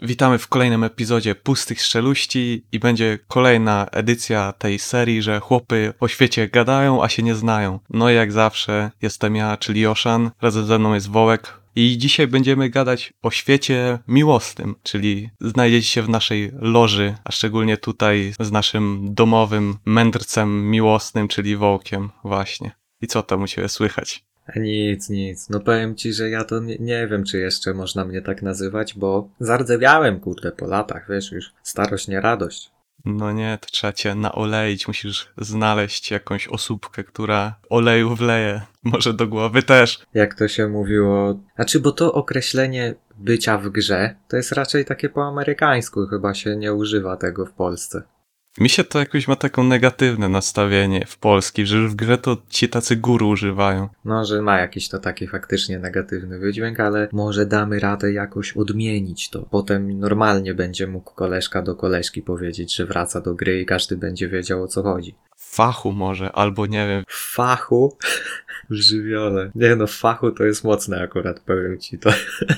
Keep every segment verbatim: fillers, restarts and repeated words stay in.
Witamy w kolejnym epizodzie Pustych Strzeluści i będzie kolejna edycja tej serii, że chłopy o świecie gadają, a się nie znają. No i jak zawsze jestem ja, czyli Joszan, razem ze mną jest Wołek i dzisiaj będziemy gadać o świecie miłosnym, czyli znajdziecie się w naszej loży, a szczególnie tutaj z naszym domowym mędrcem miłosnym, czyli Wołkiem właśnie. I co tam u ciebie słychać? Nic, nic. No powiem ci, że ja to nie, nie wiem, czy jeszcze można mnie tak nazywać, bo zardzewiałem, kurde, po latach, wiesz, już starość nie radość. No nie, to trzeba cię naoleić, musisz znaleźć jakąś osóbkę, która oleju wleje, może do głowy też. Jak to się mówiło, znaczy, bo to określenie bycia w grze, to jest raczej takie po amerykańsku, chyba się nie używa tego w Polsce. Mi się to jakoś ma taką negatywne nastawienie w Polski, że już w grze to ci tacy guru używają. No, że ma jakiś to taki faktycznie negatywny wydźwięk, ale może damy radę jakoś odmienić to. Potem normalnie będzie mógł koleżka do koleżki powiedzieć, że wraca do gry i każdy będzie wiedział, o co chodzi. Fachu może, albo nie wiem. W fachu? W żywiole. Nie no, w fachu to jest mocne akurat, powiem ci to.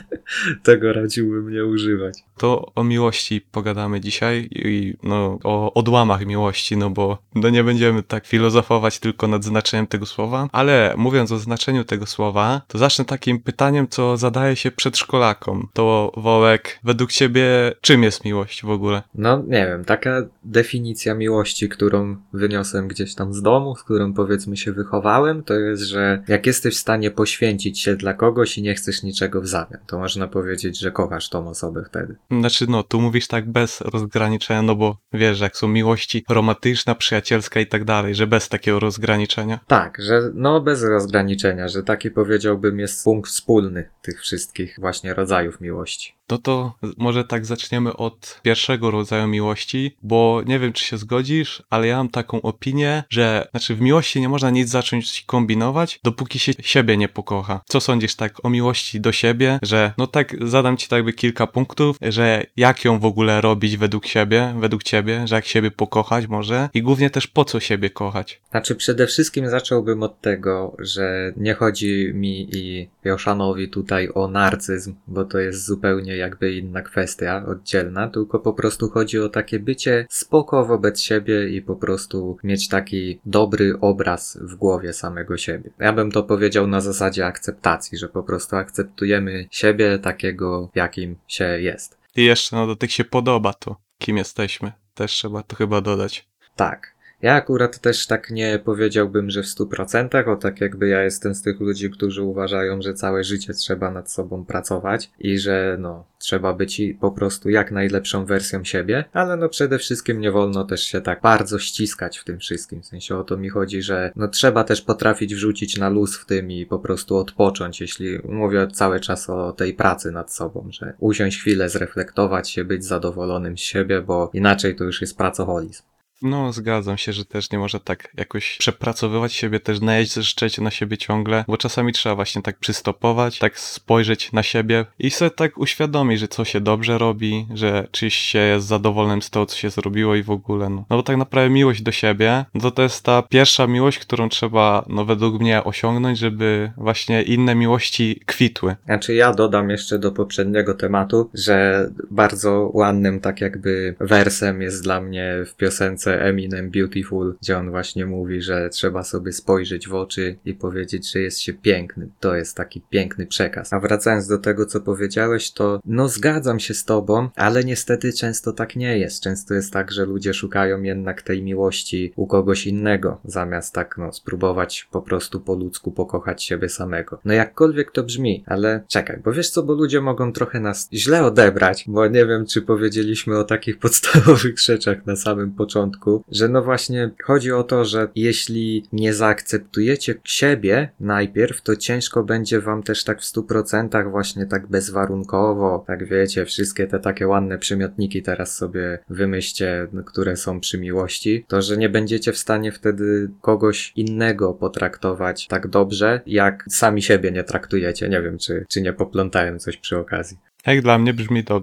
Tego radziłbym nie używać. To o miłości pogadamy dzisiaj i no o odłamach miłości, no bo no nie będziemy tak filozofować tylko nad znaczeniem tego słowa, ale mówiąc o znaczeniu tego słowa, to zacznę takim pytaniem, co zadaje się przedszkolakom. To Wołek, według ciebie czym jest miłość w ogóle? No nie wiem, taka definicja miłości, którą wyniosłem gdzieś tam z domu, z którą powiedzmy się wychowałem, to jest, że jak jesteś w stanie poświęcić się dla kogoś i nie chcesz niczego w zamian, to można powiedzieć, że kochasz tą osobę wtedy. Znaczy no, tu mówisz tak bez rozgraniczenia, no bo wiesz, jak są miłości romantyczna, przyjacielska i tak dalej, że bez takiego rozgraniczenia. Tak, że no bez rozgraniczenia, że taki powiedziałbym jest punkt wspólny tych wszystkich właśnie rodzajów miłości. No to może tak zaczniemy od pierwszego rodzaju miłości, bo nie wiem, czy się zgodzisz, ale ja mam taką opinię, że znaczy w miłości nie można nic zacząć kombinować, dopóki się siebie nie pokocha. Co sądzisz tak o miłości do siebie, że no tak zadam ci tak jakby kilka punktów, że jak ją w ogóle robić według siebie, według ciebie, że jak siebie pokochać może i głównie też po co siebie kochać. Znaczy przede wszystkim zacząłbym od tego, że nie chodzi mi i Joszanowi tutaj o narcyzm, bo to jest zupełnie jakby inna kwestia, oddzielna, tylko po prostu chodzi o takie bycie spoko wobec siebie i po prostu mieć taki dobry obraz w głowie samego siebie. Ja bym to powiedział na zasadzie akceptacji, że po prostu akceptujemy siebie takiego, jakim się jest. I jeszcze no do tych się podoba to, kim jesteśmy. Też trzeba to chyba dodać. Tak. Ja akurat też tak nie powiedziałbym, że w stu procentach, o tak jakby ja jestem z tych ludzi, którzy uważają, że całe życie trzeba nad sobą pracować i że no trzeba być po prostu jak najlepszą wersją siebie, ale no przede wszystkim nie wolno też się tak bardzo ściskać w tym wszystkim, w sensie o to mi chodzi, że no trzeba też potrafić wrzucić na luz w tym i po prostu odpocząć, jeśli mówię cały czas o tej pracy nad sobą, że usiąść chwilę, zreflektować się, być zadowolonym z siebie, bo inaczej to już jest pracoholizm. No, zgadzam się, że też nie można tak jakoś przepracowywać siebie, też najeżdżać na siebie ciągle, bo czasami trzeba właśnie tak przystopować, tak spojrzeć na siebie i sobie tak uświadomić, że co się dobrze robi, że czyś się jest zadowolonym z tego, co się zrobiło i w ogóle, no. No bo tak naprawdę miłość do siebie, no to to jest ta pierwsza miłość, którą trzeba, no według mnie osiągnąć, żeby właśnie inne miłości kwitły. Znaczy ja dodam jeszcze do poprzedniego tematu, że bardzo ładnym tak jakby wersem jest dla mnie w piosence Eminem Beautiful, gdzie on właśnie mówi, że trzeba sobie spojrzeć w oczy i powiedzieć, że jest się pięknym. To jest taki piękny przekaz. A wracając do tego, co powiedziałeś, to no zgadzam się z tobą, ale niestety często tak nie jest. Często jest tak, że ludzie szukają jednak tej miłości u kogoś innego, zamiast tak no spróbować po prostu po ludzku pokochać siebie samego. No jakkolwiek to brzmi, ale czekaj, bo wiesz co, bo ludzie mogą trochę nas źle odebrać, bo nie wiem, czy powiedzieliśmy o takich podstawowych rzeczach na samym początku, że no właśnie chodzi o to, że jeśli nie zaakceptujecie siebie najpierw, to ciężko będzie wam też tak w stu procentach właśnie tak bezwarunkowo, tak wiecie, wszystkie te takie ładne przymiotniki teraz sobie wymyślcie, które są przy miłości, to że nie będziecie w stanie wtedy kogoś innego potraktować tak dobrze, jak sami siebie nie traktujecie. Nie wiem, czy, czy nie poplątałem coś przy okazji. Jak dla mnie brzmi dobrze.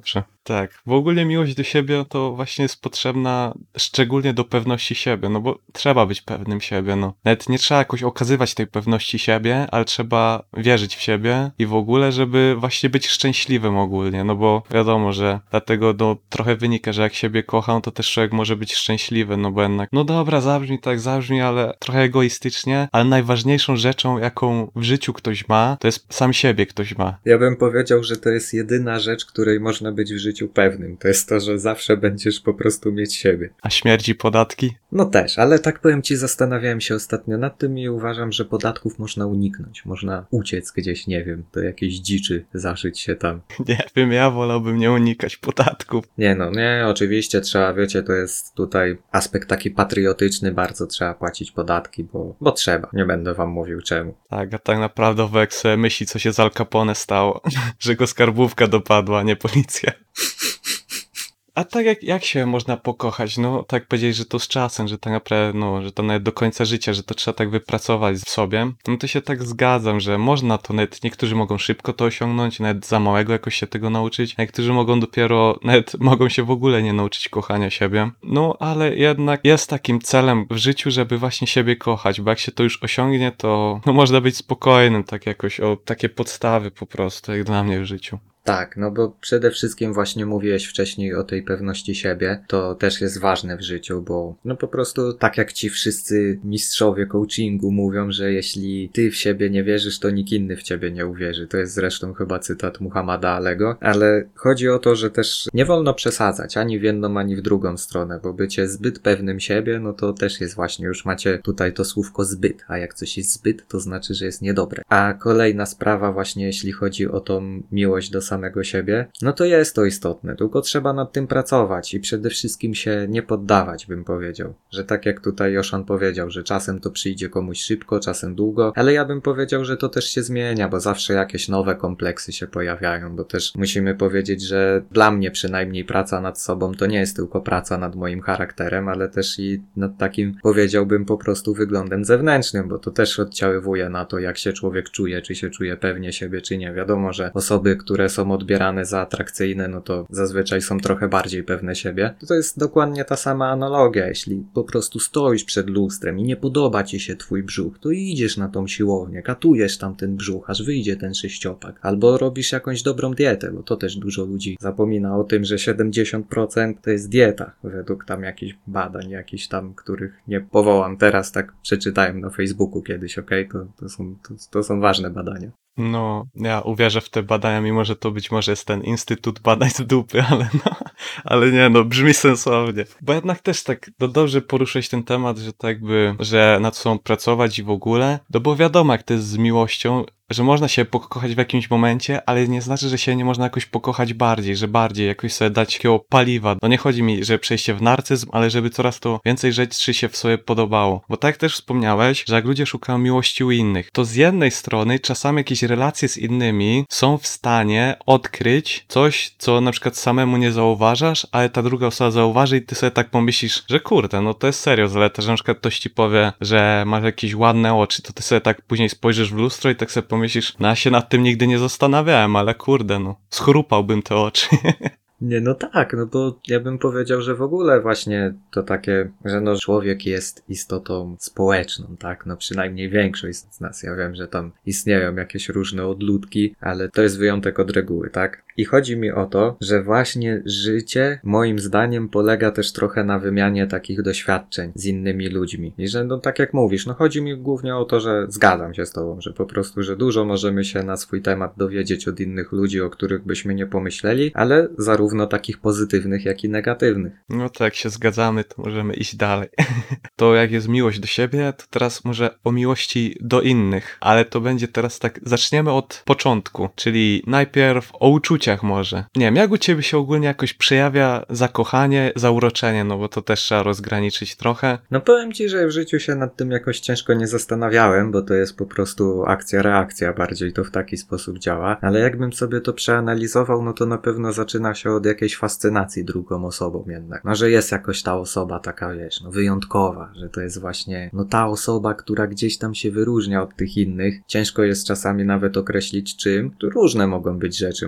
Tak, w ogóle miłość do siebie to właśnie jest potrzebna szczególnie do pewności siebie, no bo trzeba być pewnym siebie, no. Nawet nie trzeba jakoś okazywać tej pewności siebie, ale trzeba wierzyć w siebie i w ogóle, żeby właśnie być szczęśliwym ogólnie, no bo wiadomo, że dlatego no, trochę wynika, że jak siebie kocham, to też człowiek może być szczęśliwy, no bo jednak, no dobra, zabrzmi tak, zabrzmi, ale trochę egoistycznie, ale najważniejszą rzeczą, jaką w życiu ktoś ma, to jest sam siebie ktoś ma. Ja bym powiedział, że to jest jedyna rzecz, której można być w życiu pewnym. To jest to, że zawsze będziesz po prostu mieć siebie. A śmierdzi podatki? No też, ale tak powiem ci, zastanawiałem się ostatnio nad tym i uważam, że podatków można uniknąć. Można uciec gdzieś, nie wiem, do jakiejś dziczy, zaszyć się tam. Nie wiem, ja wolałbym nie unikać podatków. Nie no, nie, oczywiście trzeba, wiecie, to jest tutaj aspekt taki patriotyczny, bardzo trzeba płacić podatki, bo, bo trzeba. Nie będę wam mówił czemu. Tak, a tak naprawdę Wek sobie myśli, co się z Al Capone stało. Że go skarbówka dopadła, a nie policja. A tak jak, jak się można pokochać? No, tak powiedzieć, że to z czasem, że tak naprawdę, no, że to nawet do końca życia, że to trzeba tak wypracować w sobie. No to się tak zgadzam, że można to nawet, niektórzy mogą szybko to osiągnąć, nawet za małego jakoś się tego nauczyć, a niektórzy mogą dopiero, nawet mogą się w ogóle nie nauczyć kochania siebie. No, ale jednak jest takim celem w życiu, żeby właśnie siebie kochać, bo jak się to już osiągnie, to no, można być spokojnym, tak jakoś, o takie podstawy po prostu, jak dla mnie w życiu. Tak, no bo przede wszystkim właśnie mówiłeś wcześniej o tej pewności siebie, to też jest ważne w życiu, bo no po prostu tak jak ci wszyscy mistrzowie coachingu mówią, że jeśli ty w siebie nie wierzysz, to nikt inny w ciebie nie uwierzy. To jest zresztą chyba cytat Muhammada Alego, ale chodzi o to, że też nie wolno przesadzać ani w jedną, ani w drugą stronę, bo bycie zbyt pewnym siebie, no to też jest właśnie, już macie tutaj to słówko zbyt, a jak coś jest zbyt, to znaczy, że jest niedobre. A kolejna sprawa właśnie, jeśli chodzi o tą miłość do samego siebie, no to jest to istotne, tylko trzeba nad tym pracować i przede wszystkim się nie poddawać, bym powiedział. Że tak jak tutaj Joszan powiedział, że czasem to przyjdzie komuś szybko, czasem długo, ale ja bym powiedział, że to też się zmienia, bo zawsze jakieś nowe kompleksy się pojawiają, bo też musimy powiedzieć, że dla mnie przynajmniej praca nad sobą to nie jest tylko praca nad moim charakterem, ale też i nad takim, powiedziałbym, po prostu wyglądem zewnętrznym, bo to też oddziaływuje na to, jak się człowiek czuje, czy się czuje pewnie siebie, czy nie. Wiadomo, że osoby, które są odbierane za atrakcyjne, no to zazwyczaj są trochę bardziej pewne siebie. To jest dokładnie ta sama analogia. Jeśli po prostu stoisz przed lustrem i nie podoba ci się twój brzuch, to idziesz na tą siłownię, katujesz tam ten brzuch, aż wyjdzie ten sześciopak. Albo robisz jakąś dobrą dietę, bo to też dużo ludzi zapomina o tym, że siedemdziesiąt procent to jest dieta, według tam jakichś badań, jakichś tam, których nie powołam teraz, tak przeczytałem na Facebooku kiedyś, okej? Okay? To, to, są, to, to są ważne badania. No, ja uwierzę w te badania, mimo że to być może jest ten Instytut Badań z dupy, ale no, ale nie, no, brzmi sensownie. Bo jednak też tak, no dobrze poruszyć ten temat, że tak jakby, że nad sobą pracować i w ogóle, no bo wiadomo, jak to jest z miłością, że można się pokochać w jakimś momencie, ale nie znaczy, że się nie można jakoś pokochać bardziej, że bardziej jakoś sobie dać takiego paliwa. No nie chodzi mi, że przejście w narcyzm, ale żeby coraz to więcej rzeczy się w sobie podobało. Bo tak jak też wspomniałeś, że jak ludzie szukają miłości u innych, to z jednej strony czasami jakieś relacje z innymi są w stanie odkryć coś, co na przykład samemu nie zauważasz, ale ta druga osoba zauważy i ty sobie tak pomyślisz, że kurde, no to jest serio zaleta, że na przykład ktoś ci powie, że masz jakieś ładne oczy, to ty sobie tak później spojrzysz w lustro i tak sobie pomyślisz, no ja się nad tym nigdy nie zastanawiałem, ale kurde, no, schrupałbym te oczy. Nie, no tak, no bo ja bym powiedział, że w ogóle właśnie to takie, że no człowiek jest istotą społeczną, tak, no przynajmniej większość z nas, ja wiem, że tam istnieją jakieś różne odludki, ale to jest wyjątek od reguły, tak. I chodzi mi o to, że właśnie życie moim zdaniem polega też trochę na wymianie takich doświadczeń z innymi ludźmi. I że no tak jak mówisz, no chodzi mi głównie o to, że zgadzam się z tobą, że po prostu, że dużo możemy się na swój temat dowiedzieć od innych ludzi, o których byśmy nie pomyśleli, ale zarówno takich pozytywnych, jak i negatywnych. No to jak się zgadzamy, to możemy iść dalej. To jak jest miłość do siebie, to teraz może o miłości do innych, ale to będzie teraz tak, zaczniemy od początku, czyli najpierw o uczuciach może. Nie wiem, jak u ciebie się ogólnie jakoś przejawia zakochanie, zauroczenie, no bo to też trzeba rozgraniczyć trochę. No powiem ci, że w życiu się nad tym jakoś ciężko nie zastanawiałem, bo to jest po prostu akcja-reakcja, bardziej to w taki sposób działa, ale jakbym sobie to przeanalizował, no to na pewno zaczyna się od jakiejś fascynacji drugą osobą jednak. No, że jest jakoś ta osoba taka, wiesz, no wyjątkowa, że to jest właśnie, no ta osoba, która gdzieś tam się wyróżnia od tych innych. Ciężko jest czasami nawet określić czym. Tu różne mogą być rzeczy. Może to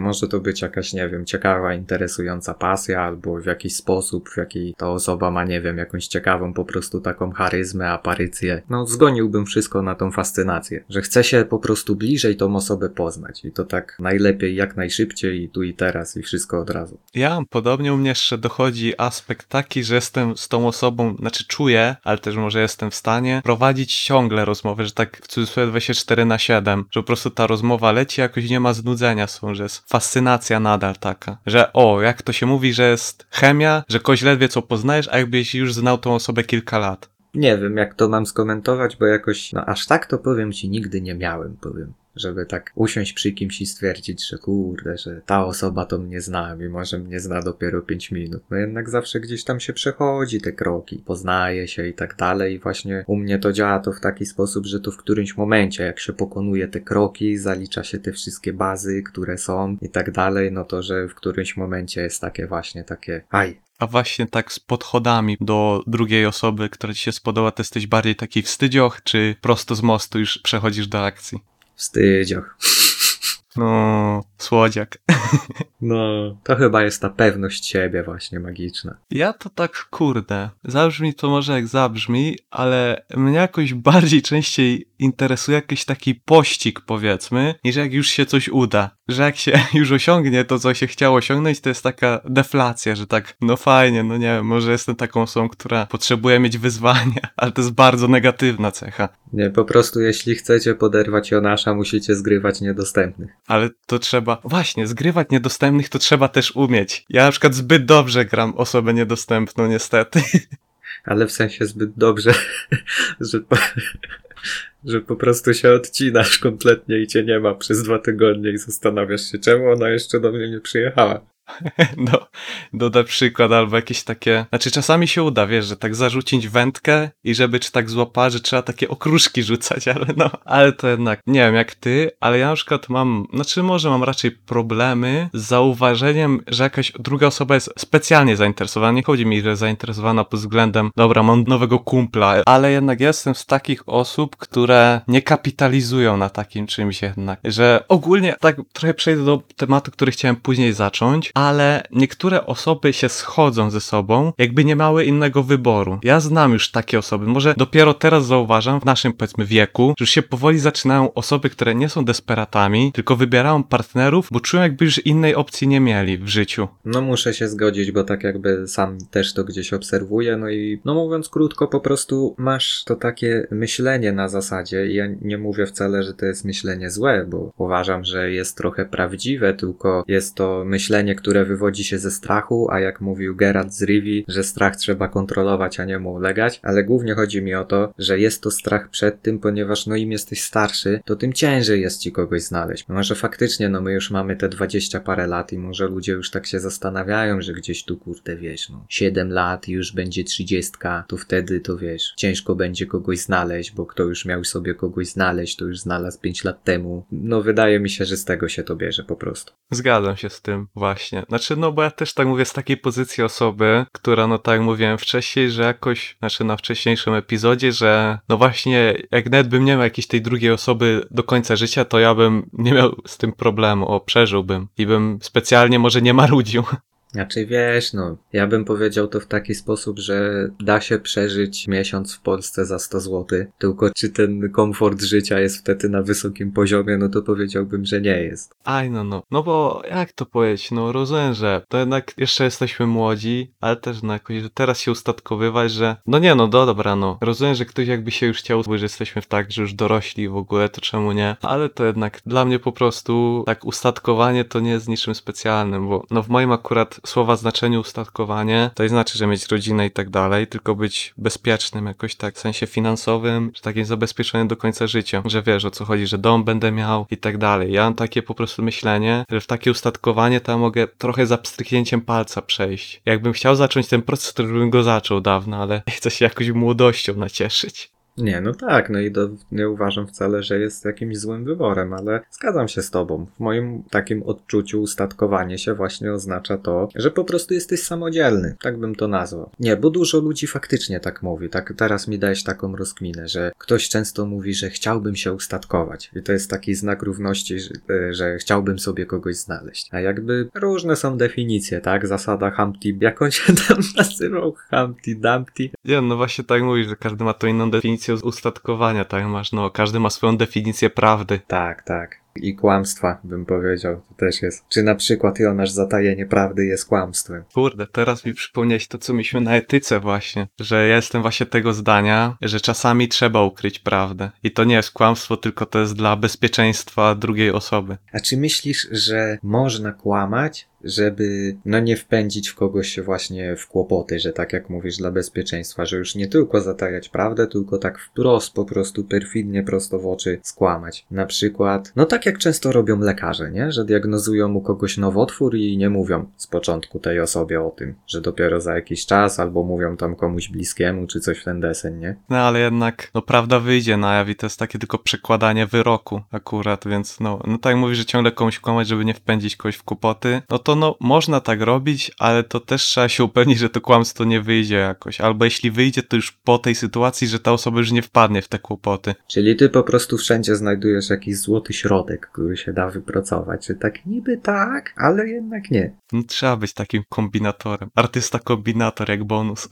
być jakaś, nie wiem, ciekawa, interesująca pasja, albo w jakiś sposób, w jaki ta osoba ma, nie wiem, jakąś ciekawą po prostu taką charyzmę, aparycję. No, zgoniłbym wszystko na tą fascynację, że chce się po prostu bliżej tą osobę poznać i to tak najlepiej, jak najszybciej i tu i teraz i wszystko od razu. Ja mam podobnie, u mnie jeszcze dochodzi aspekt taki, że jestem z tą osobą, znaczy czuję, ale też może jestem w stanie prowadzić ciągle rozmowę, że tak w cudzysłowie dwadzieścia cztery na siedem, że po prostu ta rozmowa leci, jakoś nie ma znudzenia są, że jest fascynacja nadal taka, że o, jak to się mówi, że jest chemia, że kogoś ledwie co poznajesz, a jakbyś już znał tą osobę kilka lat. Nie wiem, jak to mam skomentować, bo jakoś, no aż tak to powiem ci nigdy nie miałem, powiem. Żeby tak usiąść przy kimś i stwierdzić, że kurde, że ta osoba to mnie zna, mimo że mnie zna dopiero pięć minut. No jednak zawsze gdzieś tam się przechodzi te kroki, poznaje się i tak dalej. I właśnie u mnie to działa to w taki sposób, że to w którymś momencie, jak się pokonuje te kroki, zalicza się te wszystkie bazy, które są i tak dalej, no to, że w którymś momencie jest takie właśnie takie, aj, A właśnie tak z podchodami do drugiej osoby, która ci się spodoba, to jesteś bardziej taki wstydzioch, czy prosto z mostu już przechodzisz do akcji? wstydzioch. No, słodziak. No, to chyba jest ta pewność siebie właśnie magiczna. Ja to tak, kurde, zabrzmi to może jak zabrzmi, ale mnie jakoś bardziej częściej interesuje jakiś taki pościg, powiedzmy, niż jak już się coś uda. Że jak się już osiągnie to, co się chciało osiągnąć, to jest taka deflacja, że tak, no fajnie, no nie wiem, może jestem taką osobą, która potrzebuje mieć wyzwania, ale to jest bardzo negatywna cecha. Nie, po prostu jeśli chcecie poderwać Jonasza, musicie zgrywać niedostępnych. Ale to trzeba, właśnie, zgrywać niedostępnych to trzeba też umieć. Ja na przykład zbyt dobrze gram osobę niedostępną, niestety. Ale w sensie zbyt dobrze, że po, że po prostu się odcinasz kompletnie i cię nie ma przez dwa tygodnie i zastanawiasz się, czemu ona jeszcze do mnie nie przyjechała. No, doda przykład albo jakieś takie, znaczy czasami się uda, wiesz, że tak zarzucić wędkę i żeby czy tak złapała, że trzeba takie okruszki rzucać, ale no, ale to jednak, nie wiem jak ty, ale ja na przykład mam, znaczy może mam raczej problemy z zauważeniem, że jakaś druga osoba jest specjalnie zainteresowana, nie chodzi mi, że jest zainteresowana pod względem, dobra, mam nowego kumpla, ale jednak jestem z takich osób, które nie kapitalizują na takim czymś jednak, że ogólnie, tak trochę przejdę do tematu, który chciałem później zacząć, ale niektóre osoby się schodzą ze sobą, jakby nie miały innego wyboru. Ja znam już takie osoby, może dopiero teraz zauważam w naszym, powiedzmy, wieku, że już się powoli zaczynają osoby, które nie są desperatami, tylko wybierają partnerów, bo czują jakby już innej opcji nie mieli w życiu. No muszę się zgodzić, bo tak jakby sam też to gdzieś obserwuję, no i no mówiąc krótko, po prostu masz to takie myślenie na zasadzie i ja nie mówię wcale, że to jest myślenie złe, bo uważam, że jest trochę prawdziwe, tylko jest to myślenie, które wywodzi się ze strachu, a jak mówił Geralt z Rivii, że strach trzeba kontrolować, a nie mu ulegać, ale głównie chodzi mi o to, że jest to strach przed tym, ponieważ no im jesteś starszy, to tym ciężej jest ci kogoś znaleźć. No może faktycznie, no my już mamy te dwadzieścia parę lat i może ludzie już tak się zastanawiają, że gdzieś tu kurde wiesz, no siedem lat i już będzie trzydziestka, to wtedy to wiesz, ciężko będzie kogoś znaleźć, bo kto już miał sobie kogoś znaleźć, to już znalazł pięć lat temu. No wydaje mi się, że z tego się to bierze po prostu. Zgadzam się z tym, właśnie. Znaczy, no bo ja też tak mówię z takiej pozycji osoby, która, no tak jak mówiłem wcześniej, że jakoś, znaczy na wcześniejszym epizodzie, że no właśnie, jak nawet bym nie miał jakiejś tej drugiej osoby do końca życia, to ja bym nie miał z tym problemu, o, przeżyłbym i bym specjalnie może nie marudził. Znaczy wiesz, no, ja bym powiedział to w taki sposób, że da się przeżyć miesiąc w Polsce za sto złotych, tylko czy ten komfort życia jest wtedy na wysokim poziomie, no to powiedziałbym, że nie jest. Aj, no, no. No bo jak to powiedzieć, no rozumiem, że to jednak jeszcze jesteśmy młodzi, ale też no jakoś, że teraz się ustatkowywać, że no nie, no do, dobra, no. Rozumiem, że ktoś jakby się już chciał, że jesteśmy w tak, że już dorośli w ogóle, to czemu nie? Ale to jednak dla mnie po prostu tak ustatkowanie to nie jest niczym specjalnym, bo no w moim akurat słowa znaczeniu ustatkowanie to nie znaczy, że mieć rodzinę i tak dalej, tylko być bezpiecznym jakoś tak w sensie finansowym, że takim zabezpieczonym do końca życia, że wiesz o co chodzi, że dom będę miał i tak dalej. Ja mam takie po prostu myślenie, że w takie ustatkowanie to ja mogę trochę za pstryknięciem palca przejść. Jakbym chciał zacząć ten proces, to bym go zaczął dawno, ale chcę się jakoś młodością nacieszyć. Nie, no tak, no i do, nie uważam wcale, że jest jakimś złym wyborem, ale zgadzam się z tobą. W moim takim odczuciu ustatkowanie się właśnie oznacza to, że po prostu jesteś samodzielny, tak bym to nazwał. Nie, bo dużo ludzi faktycznie tak mówi, tak teraz mi dajesz taką rozkminę, że ktoś często mówi, że chciałbym się ustatkować i to jest taki znak równości, że, że chciałbym sobie kogoś znaleźć. A jakby różne są definicje, tak? Zasada Humpty, jak on się tam nazywał? Humpty Dumpty? Nie, no właśnie tak mówisz, że każdy ma to inną definicję ustatkowania, tak masz, no każdy ma swoją definicję prawdy. Tak, tak. I kłamstwa, bym powiedział, to też jest. Czy na przykład Jonasz zatajenie prawdy jest kłamstwem? Kurde, teraz mi przypomniałeś to, co mieliśmy na etyce właśnie, że ja jestem właśnie tego zdania, że czasami trzeba ukryć prawdę. I to nie jest kłamstwo, tylko to jest dla bezpieczeństwa drugiej osoby. A czy myślisz, że można kłamać, żeby no nie wpędzić w kogoś właśnie w kłopoty, że tak jak mówisz, dla bezpieczeństwa, że już nie tylko zatajać prawdę, tylko tak wprost, po prostu perfidnie, prosto w oczy skłamać. Na przykład, no tak jak często robią lekarze, nie? Że diagnozują u kogoś nowotwór i nie mówią z początku tej osobie o tym, że dopiero za jakiś czas, albo mówią tam komuś bliskiemu, czy coś w ten deseń, nie? No ale jednak, no prawda wyjdzie na jaw i to jest takie tylko przekładanie wyroku akurat, więc no, no tak jak mówisz, że ciągle komuś kłamać, żeby nie wpędzić kogoś w kłopoty, no to no można tak robić, ale to też trzeba się upewnić, że to kłamstwo nie wyjdzie jakoś, albo jeśli wyjdzie, to już po tej sytuacji, że ta osoba już nie wpadnie w te kłopoty. Czyli ty po prostu wszędzie znajdujesz jakiś złoty środek, który się da wypracować, że tak niby tak, ale jednak nie. No trzeba być takim kombinatorem. Artysta kombinator jak bonus.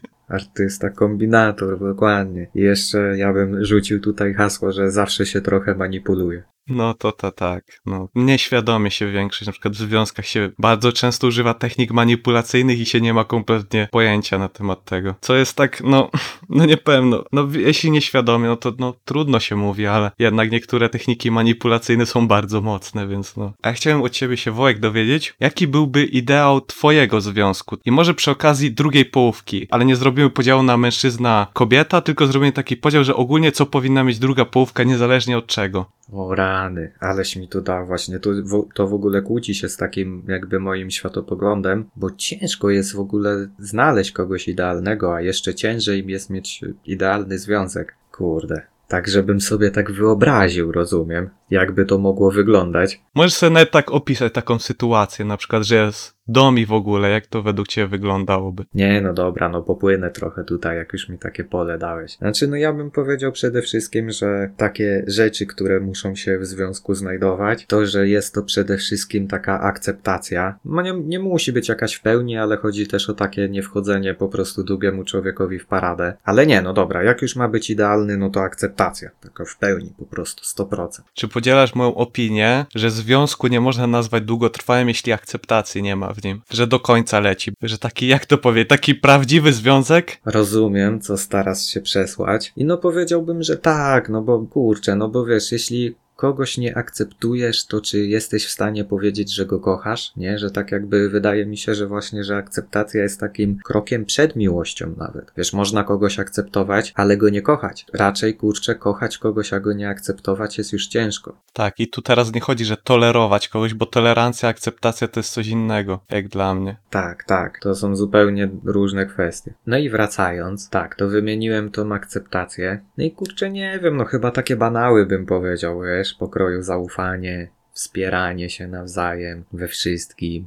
Artysta kombinator, dokładnie. I jeszcze ja bym rzucił tutaj hasło, że zawsze się trochę manipuluje. No to to tak, no. Nieświadomie się większość, na przykład w związkach się bardzo często używa technik manipulacyjnych i się nie ma kompletnie pojęcia na temat tego. Co jest tak, no, no niepewno. No jeśli nieświadomie, no to no trudno się mówi, ale jednak niektóre techniki manipulacyjne są bardzo mocne, więc no. A ja chciałem od ciebie się, Wojek, dowiedzieć, jaki byłby ideał twojego związku? I może przy okazji drugiej połówki, ale nie zrobimy podziału na mężczyzna, kobieta, tylko zrobimy taki podział, że ogólnie co powinna mieć druga połówka, niezależnie od czego. O rany, aleś mi tu dał właśnie, to, to w ogóle kłóci się z takim jakby moim światopoglądem, bo ciężko jest w ogóle znaleźć kogoś idealnego, a jeszcze ciężej jest mieć idealny związek. Kurde, tak żebym sobie tak wyobraził, rozumiem, jakby to mogło wyglądać. Możesz sobie nawet tak opisać taką sytuację, na przykład, że jest dom i w ogóle, jak to według ciebie wyglądałoby? Nie, no dobra, no popłynę trochę tutaj, jak już mi takie pole dałeś. Znaczy, no ja bym powiedział przede wszystkim, że takie rzeczy, które muszą się w związku znajdować, to, że jest to przede wszystkim taka akceptacja. No nie, nie musi być jakaś w pełni, ale chodzi też o takie niewchodzenie po prostu drugiemu człowiekowi w paradę. Ale nie, no dobra, jak już ma być idealny, no to akceptacja. Taka w pełni, po prostu, sto procent. Czy podzielasz moją opinię, że związku nie można nazwać długotrwałym, jeśli akceptacji nie ma w nim? Że do końca leci. Że taki, jak to powie, taki prawdziwy związek? Rozumiem, co starasz się przesłać. I no powiedziałbym, że tak, no bo kurczę, no bo wiesz, jeśli kogoś nie akceptujesz, to czy jesteś w stanie powiedzieć, że go kochasz? Nie? Że tak jakby wydaje mi się, że właśnie, że akceptacja jest takim krokiem przed miłością nawet. Wiesz, można kogoś akceptować, ale go nie kochać. Raczej, kurczę, kochać kogoś, a go nie akceptować jest już ciężko. Tak, i tu teraz nie chodzi, że tolerować kogoś, bo tolerancja, akceptacja to jest coś innego, jak dla mnie. Tak, tak, to są zupełnie różne kwestie. No i wracając, tak, to wymieniłem tą akceptację. No i kurczę, nie wiem, no chyba takie banały bym powiedział, wiesz, pokroju zaufanie, wspieranie się nawzajem we wszystkim.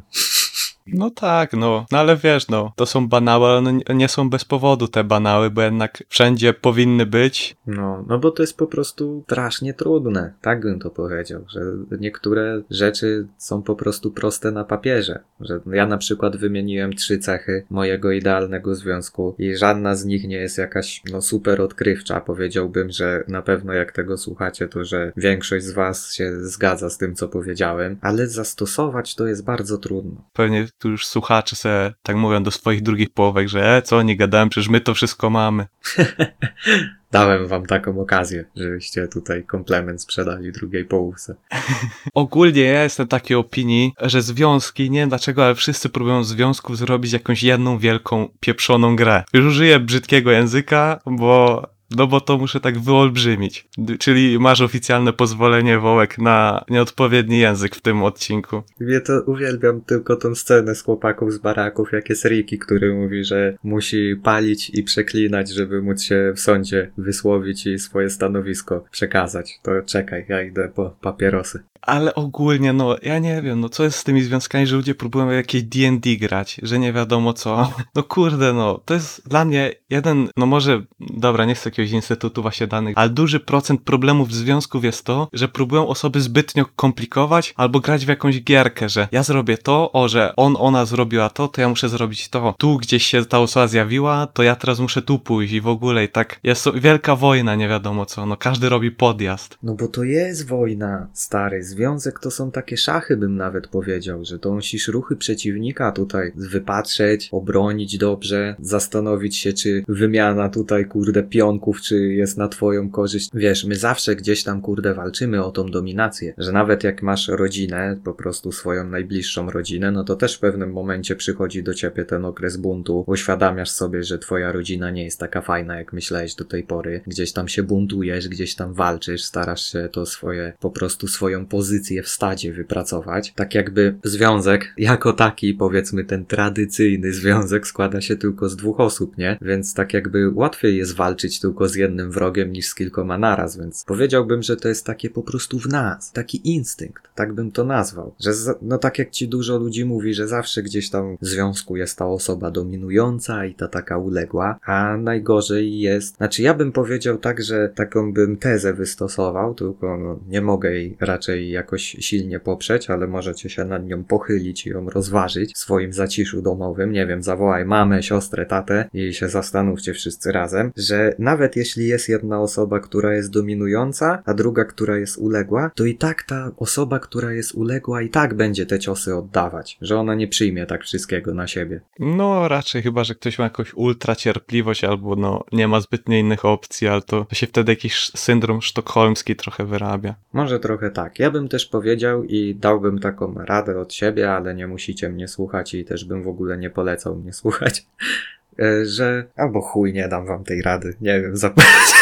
No tak, no, no ale wiesz, no, to są banały, ale no nie, nie są bez powodu te banały, bo jednak wszędzie powinny być. No, no bo to jest po prostu strasznie trudne, tak bym to powiedział, że niektóre rzeczy są po prostu proste na papierze, że ja na przykład wymieniłem trzy cechy mojego idealnego związku i żadna z nich nie jest jakaś, no super odkrywcza, powiedziałbym, że na pewno jak tego słuchacie, to że większość z was się zgadza z tym, co powiedziałem, ale zastosować to jest bardzo trudno. Pewnie tu już słuchacze sobie tak mówią do swoich drugich połówek, że e, co oni gadają, przecież my to wszystko mamy. Dałem wam taką okazję, żebyście tutaj komplement sprzedali drugiej połówce. Ogólnie ja jestem takiej opinii, że związki, nie wiem dlaczego, ale wszyscy próbują z związków zrobić jakąś jedną wielką, pieprzoną grę. Już użyję brzydkiego języka, bo No bo to muszę tak wyolbrzymić. D- Czyli masz oficjalne pozwolenie, Wołek, na nieodpowiedni język w tym odcinku. Ja to uwielbiam tylko tą scenę z chłopaków z baraków, jak jest Ricky, który mówi, że musi palić i przeklinać, żeby móc się w sądzie wysłowić i swoje stanowisko przekazać. To czekaj, ja idę po papierosy. Ale ogólnie, no, ja nie wiem, no co jest z tymi związkami, że ludzie próbują jakieś D and D grać, że nie wiadomo co. No kurde, no, to jest dla mnie jeden, no może, dobra, nie chcę jakiegoś instytutu właśnie danych, ale duży procent problemów związków jest to, że próbują osoby zbytnio komplikować albo grać w jakąś gierkę, że ja zrobię to, o, że on, ona zrobiła to, to ja muszę zrobić to. Tu gdzieś się ta osoba zjawiła, to ja teraz muszę tu pójść i w ogóle i tak jest to wielka wojna, nie wiadomo co, no każdy robi podjazd. No bo to jest wojna, stary. Związek to są takie szachy, bym nawet powiedział, że to musisz ruchy przeciwnika tutaj wypatrzeć, obronić dobrze, zastanowić się, czy wymiana tutaj, kurde, pionków, czy jest na twoją korzyść. Wiesz, my zawsze gdzieś tam, kurde, walczymy o tą dominację, że nawet jak masz rodzinę, po prostu swoją najbliższą rodzinę, no to też w pewnym momencie przychodzi do ciebie ten okres buntu, uświadamiasz sobie, że twoja rodzina nie jest taka fajna, jak myślałeś do tej pory, gdzieś tam się buntujesz, gdzieś tam walczysz, starasz się to swoje, po prostu swoją pozycję w stadzie wypracować. Tak jakby związek jako taki, powiedzmy ten tradycyjny związek składa się tylko z dwóch osób, nie? Więc tak jakby łatwiej jest walczyć tylko z jednym wrogiem niż z kilkoma naraz, więc powiedziałbym, że to jest takie po prostu w nas, taki instynkt, tak bym to nazwał, że z, no tak jak ci dużo ludzi mówi, że zawsze gdzieś tam w związku jest ta osoba dominująca i ta taka uległa, a najgorzej jest, znaczy ja bym powiedział tak, że taką bym tezę wystosował, tylko no, nie mogę jej raczej jakoś silnie poprzeć, ale możecie się nad nią pochylić i ją rozważyć w swoim zaciszu domowym, nie wiem, zawołaj mamę, siostrę, tatę i się zastanówcie wszyscy razem, że nawet jeśli jest jedna osoba, która jest dominująca, a druga, która jest uległa, to i tak ta osoba, która jest uległa i tak będzie te ciosy oddawać, że ona nie przyjmie tak wszystkiego na siebie. No raczej chyba, że ktoś ma jakąś ultra cierpliwość albo no nie ma zbytnio innych opcji, ale to, to się wtedy jakiś syndrom sztokholmski trochę wyrabia. Może trochę tak. Ja bym też powiedział i dałbym taką radę od siebie, ale nie musicie mnie słuchać i też bym w ogóle nie polecał mnie słuchać, e, że albo chuj, nie dam wam tej rady, nie wiem, zapomnieć.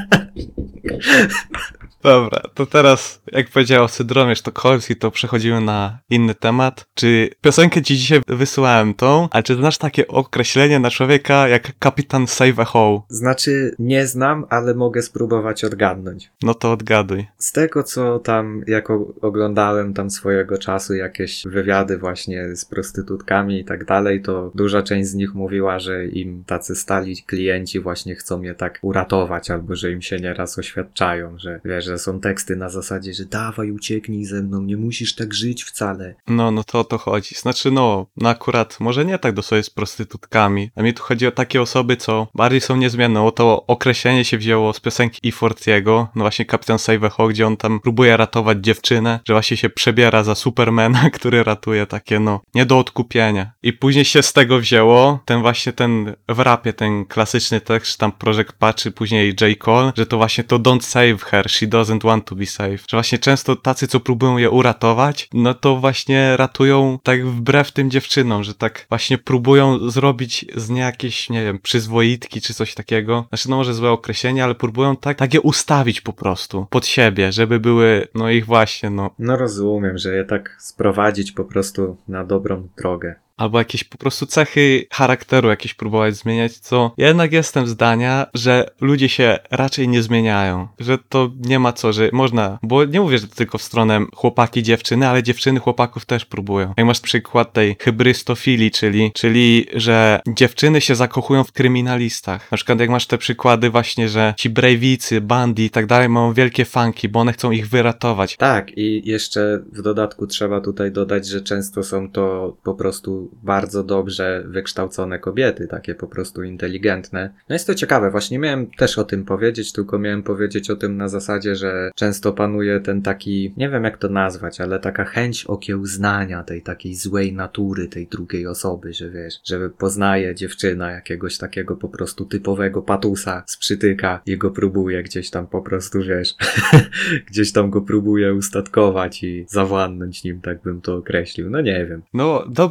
Dobra, to teraz, jak powiedział o syndromie sztokholmskim, to przechodzimy na inny temat. Czy piosenkę ci dzisiaj wysyłałem tą, ale czy znasz takie określenie na człowieka jak kapitan Save a Hoe? Znaczy, nie znam, ale mogę spróbować odgadnąć. No to odgaduj. Z tego, co tam, jako oglądałem tam swojego czasu jakieś wywiady właśnie z prostytutkami i tak dalej, to duża część z nich mówiła, że im tacy stali klienci właśnie chcą je tak uratować, albo że im się nieraz oświadczają, że wiesz, że są teksty na zasadzie, że dawaj, ucieknij ze mną, nie musisz tak żyć wcale. No, no to o to chodzi. Znaczy no, no akurat może nie tak dosłownie z prostytutkami, a mi tu chodzi o takie osoby, co bardziej są niezmienne. O to określenie się wzięło z piosenki E Fortiego, no właśnie Kapitan Save a Hoe, gdzie on tam próbuje ratować dziewczynę, że właśnie się przebiera za Supermana, który ratuje takie no, nie do odkupienia. I później się z tego wzięło ten właśnie ten w rapie, ten klasyczny tekst, tam Project Patch, później J. Cole, że to właśnie to don't save her, she doesn't want to be saved. Że właśnie często tacy, co próbują je uratować, no to właśnie ratują tak wbrew tym dziewczynom, że tak właśnie próbują zrobić z niej jakieś, nie wiem, przyzwoitki czy coś takiego. Znaczy, no może złe określenie, ale próbują tak, tak je ustawić po prostu pod siebie, żeby były, no ich właśnie, no. No rozumiem, że je tak sprowadzić po prostu na dobrą drogę. Albo jakieś po prostu cechy charakteru jakieś próbować zmieniać, co ja jednak jestem zdania, że ludzie się raczej nie zmieniają, że to nie ma co, że można, bo nie mówię, że to tylko w stronę chłopaki, dziewczyny, ale dziewczyny chłopaków też próbują. Jak masz przykład tej hybrystofilii, czyli, czyli że dziewczyny się zakochują w kryminalistach. Na przykład jak masz te przykłady właśnie, że ci brejwicy, bandy i tak dalej mają wielkie fanki, bo one chcą ich wyratować. Tak, i jeszcze w dodatku trzeba tutaj dodać, że często są to po prostu bardzo dobrze wykształcone kobiety, takie po prostu inteligentne. No jest to ciekawe, właśnie miałem też o tym powiedzieć, tylko miałem powiedzieć o tym na zasadzie, że często panuje ten taki, nie wiem jak to nazwać, ale taka chęć okiełznania tej takiej złej natury tej drugiej osoby, że wiesz, że poznaje dziewczyna jakiegoś takiego po prostu typowego patusa z przytyka i go próbuje gdzieś tam po prostu, wiesz, gdzieś tam go próbuje ustatkować i zawładnąć nim, tak bym to określił, no nie wiem. No, dobre słowo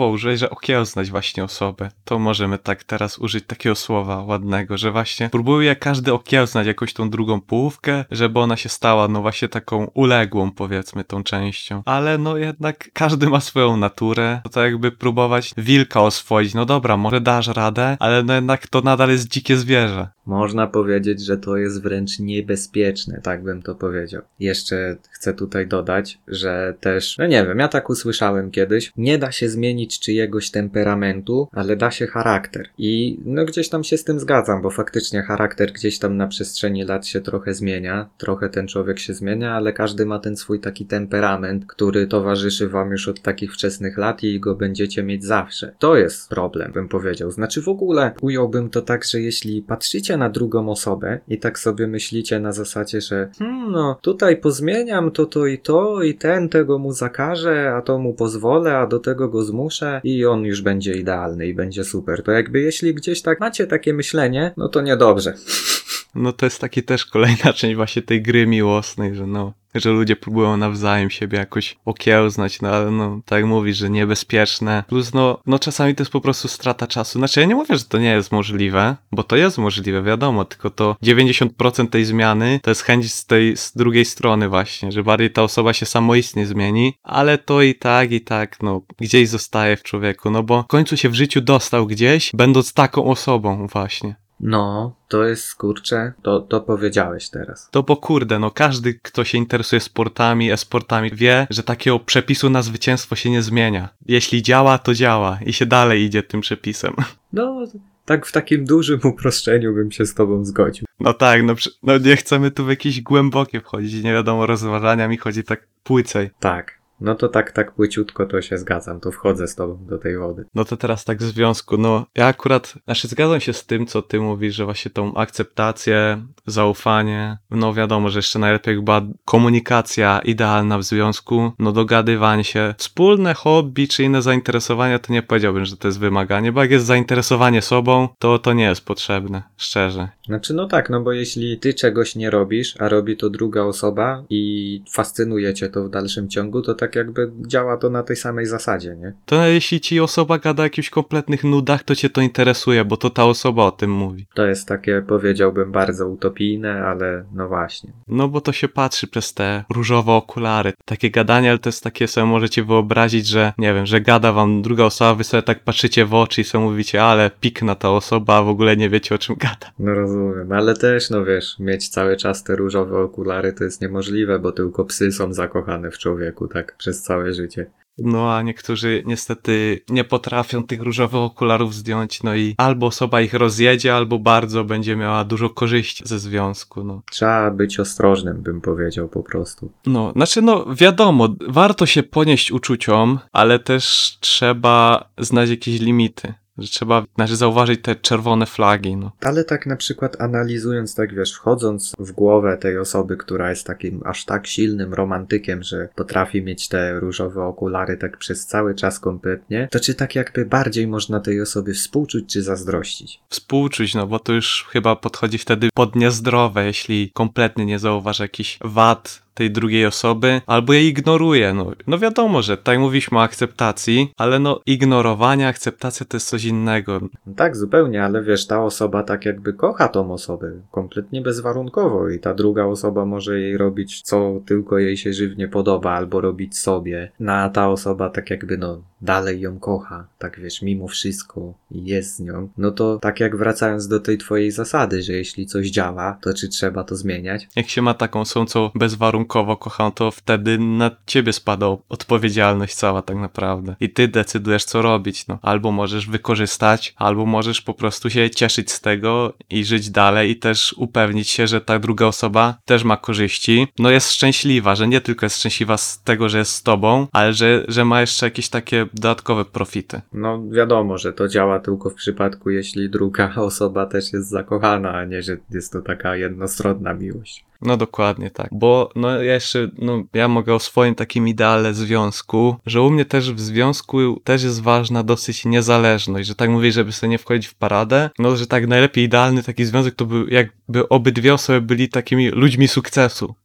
słowo użyłeś, że okiełznać właśnie osobę. To możemy tak teraz użyć takiego słowa ładnego, że właśnie próbuje każdy okiełznać jakąś tą drugą połówkę, żeby ona się stała no właśnie taką uległą, powiedzmy, tą częścią. Ale no jednak każdy ma swoją naturę, to tak jakby próbować wilka oswoić. No dobra, może dasz radę, ale no jednak to nadal jest dzikie zwierzę. Można powiedzieć, że to jest wręcz niebezpieczne, tak bym to powiedział. Jeszcze chcę tutaj dodać, że też, no nie wiem, ja tak usłyszałem kiedyś, nie da się zmienić czyjegoś temperamentu, ale da się charakter. I no gdzieś tam się z tym zgadzam, bo faktycznie charakter gdzieś tam na przestrzeni lat się trochę zmienia, trochę ten człowiek się zmienia, ale każdy ma ten swój taki temperament, który towarzyszy wam już od takich wczesnych lat i go będziecie mieć zawsze. To jest problem, bym powiedział. Znaczy w ogóle ująłbym to tak, że jeśli patrzycie na drugą osobę i tak sobie myślicie na zasadzie, że hmm, no tutaj pozmieniam to, to i to i ten tego mu zakażę, a to mu pozwolę, a do tego go zmuszę i on już będzie idealny i będzie super. To jakby jeśli gdzieś tak macie takie myślenie, no to niedobrze. No to jest taki też kolejna część właśnie tej gry miłosnej, że no, że ludzie próbują nawzajem siebie jakoś okiełznać, no ale no, tak jak mówisz, że niebezpieczne. Plus no, no czasami to jest po prostu strata czasu. Znaczy ja nie mówię, że to nie jest możliwe, bo to jest możliwe, wiadomo, tylko to dziewięćdziesiąt procent tej zmiany to jest chęć z tej z drugiej strony właśnie, że bardziej ta osoba się samoistnie zmieni, ale to i tak, i tak, no, gdzieś zostaje w człowieku, no bo w końcu się w życiu dostał gdzieś, będąc taką osobą właśnie. No, to jest, kurczę, to, to powiedziałeś teraz. To bo kurde, no każdy, kto się interesuje sportami, e-sportami, wie, że takiego przepisu na zwycięstwo się nie zmienia. Jeśli działa, to działa i się dalej idzie tym przepisem. No, tak w takim dużym uproszczeniu bym się z tobą zgodził. No tak, no, no nie chcemy tu w jakieś głębokie wchodzić, nie wiadomo, rozważania mi chodzi tak płycej. Tak. No to tak, tak płyciutko to się zgadzam, to wchodzę z tobą do tej wody. No to teraz tak w związku, no ja akurat, znaczy zgadzam się z tym, co ty mówisz, że właśnie tą akceptację, zaufanie, no wiadomo, że jeszcze najlepiej była komunikacja idealna w związku, no dogadywanie się, wspólne hobby czy inne zainteresowania, to nie powiedziałbym, że to jest wymaganie, bo jak jest zainteresowanie sobą, to to nie jest potrzebne, szczerze. Znaczy no tak, no bo jeśli ty czegoś nie robisz, a robi to druga osoba i fascynuje cię to w dalszym ciągu, to tak jakby działa to na tej samej zasadzie, nie? To jeśli ci osoba gada o jakichś kompletnych nudach, to cię to interesuje, bo to ta osoba o tym mówi. To jest takie, powiedziałbym, bardzo utopijne, ale no właśnie. No bo to się patrzy przez te różowe okulary. Takie gadanie, ale to jest takie, sobie możecie wyobrazić, że nie wiem, że gada wam druga osoba, wy sobie tak patrzycie w oczy i sobie mówicie, ale pikna ta osoba, a w ogóle nie wiecie o czym gada. No rozumiem, ale też, no wiesz, mieć cały czas te różowe okulary to jest niemożliwe, bo tylko psy są zakochane w człowieku, tak, przez całe życie. No a niektórzy niestety nie potrafią tych różowych okularów zdjąć, no i albo osoba ich rozjedzie, albo bardzo będzie miała dużo korzyści ze związku, no. Trzeba być ostrożnym, bym powiedział po prostu. No, znaczy no wiadomo, warto się ponieść uczuciom, ale też trzeba znać jakieś limity. Że trzeba, znaczy zauważyć te czerwone flagi, no. Ale tak na przykład analizując, tak wiesz, wchodząc w głowę tej osoby, która jest takim aż tak silnym romantykiem, że potrafi mieć te różowe okulary tak przez cały czas kompletnie, to czy tak jakby bardziej można tej osobie współczuć, czy zazdrościć? Współczuć, no bo to już chyba podchodzi wtedy pod niezdrowe, jeśli kompletnie nie zauważa jakichś wad tej drugiej osoby, albo jej ignoruje, no. No wiadomo, że tutaj mówiliśmy o akceptacji, ale no ignorowanie, akceptacja to jest coś innego. No tak, zupełnie, ale wiesz, ta osoba tak jakby kocha tą osobę, kompletnie bezwarunkowo i ta druga osoba może jej robić, co tylko jej się żywnie podoba, albo robić sobie, no a ta osoba tak jakby, no, dalej ją kocha, tak wiesz, mimo wszystko i jest z nią, no to tak jak wracając do tej twojej zasady, że jeśli coś działa, to czy trzeba to zmieniać? Jak się ma taką osobę, co bezwarunkowo kocha, to wtedy na ciebie spada odpowiedzialność cała tak naprawdę. I ty decydujesz, co robić, no. Albo możesz wykorzystać, albo możesz po prostu się cieszyć z tego i żyć dalej i też upewnić się, że ta druga osoba też ma korzyści. No jest szczęśliwa, że nie tylko jest szczęśliwa z tego, że jest z tobą, ale że, że ma jeszcze jakieś takie dodatkowe profity. No wiadomo, że to działa tylko w przypadku, jeśli druga osoba też jest zakochana, a nie, że jest to taka jednostronna miłość. No dokładnie tak, bo no ja jeszcze, no ja mogę o swoim takim ideale związku, że u mnie też w związku też jest ważna dosyć niezależność, że tak mówię, żeby sobie nie wchodzić w paradę, no że tak najlepiej idealny taki związek to był jakby obydwie osoby byli takimi ludźmi sukcesu.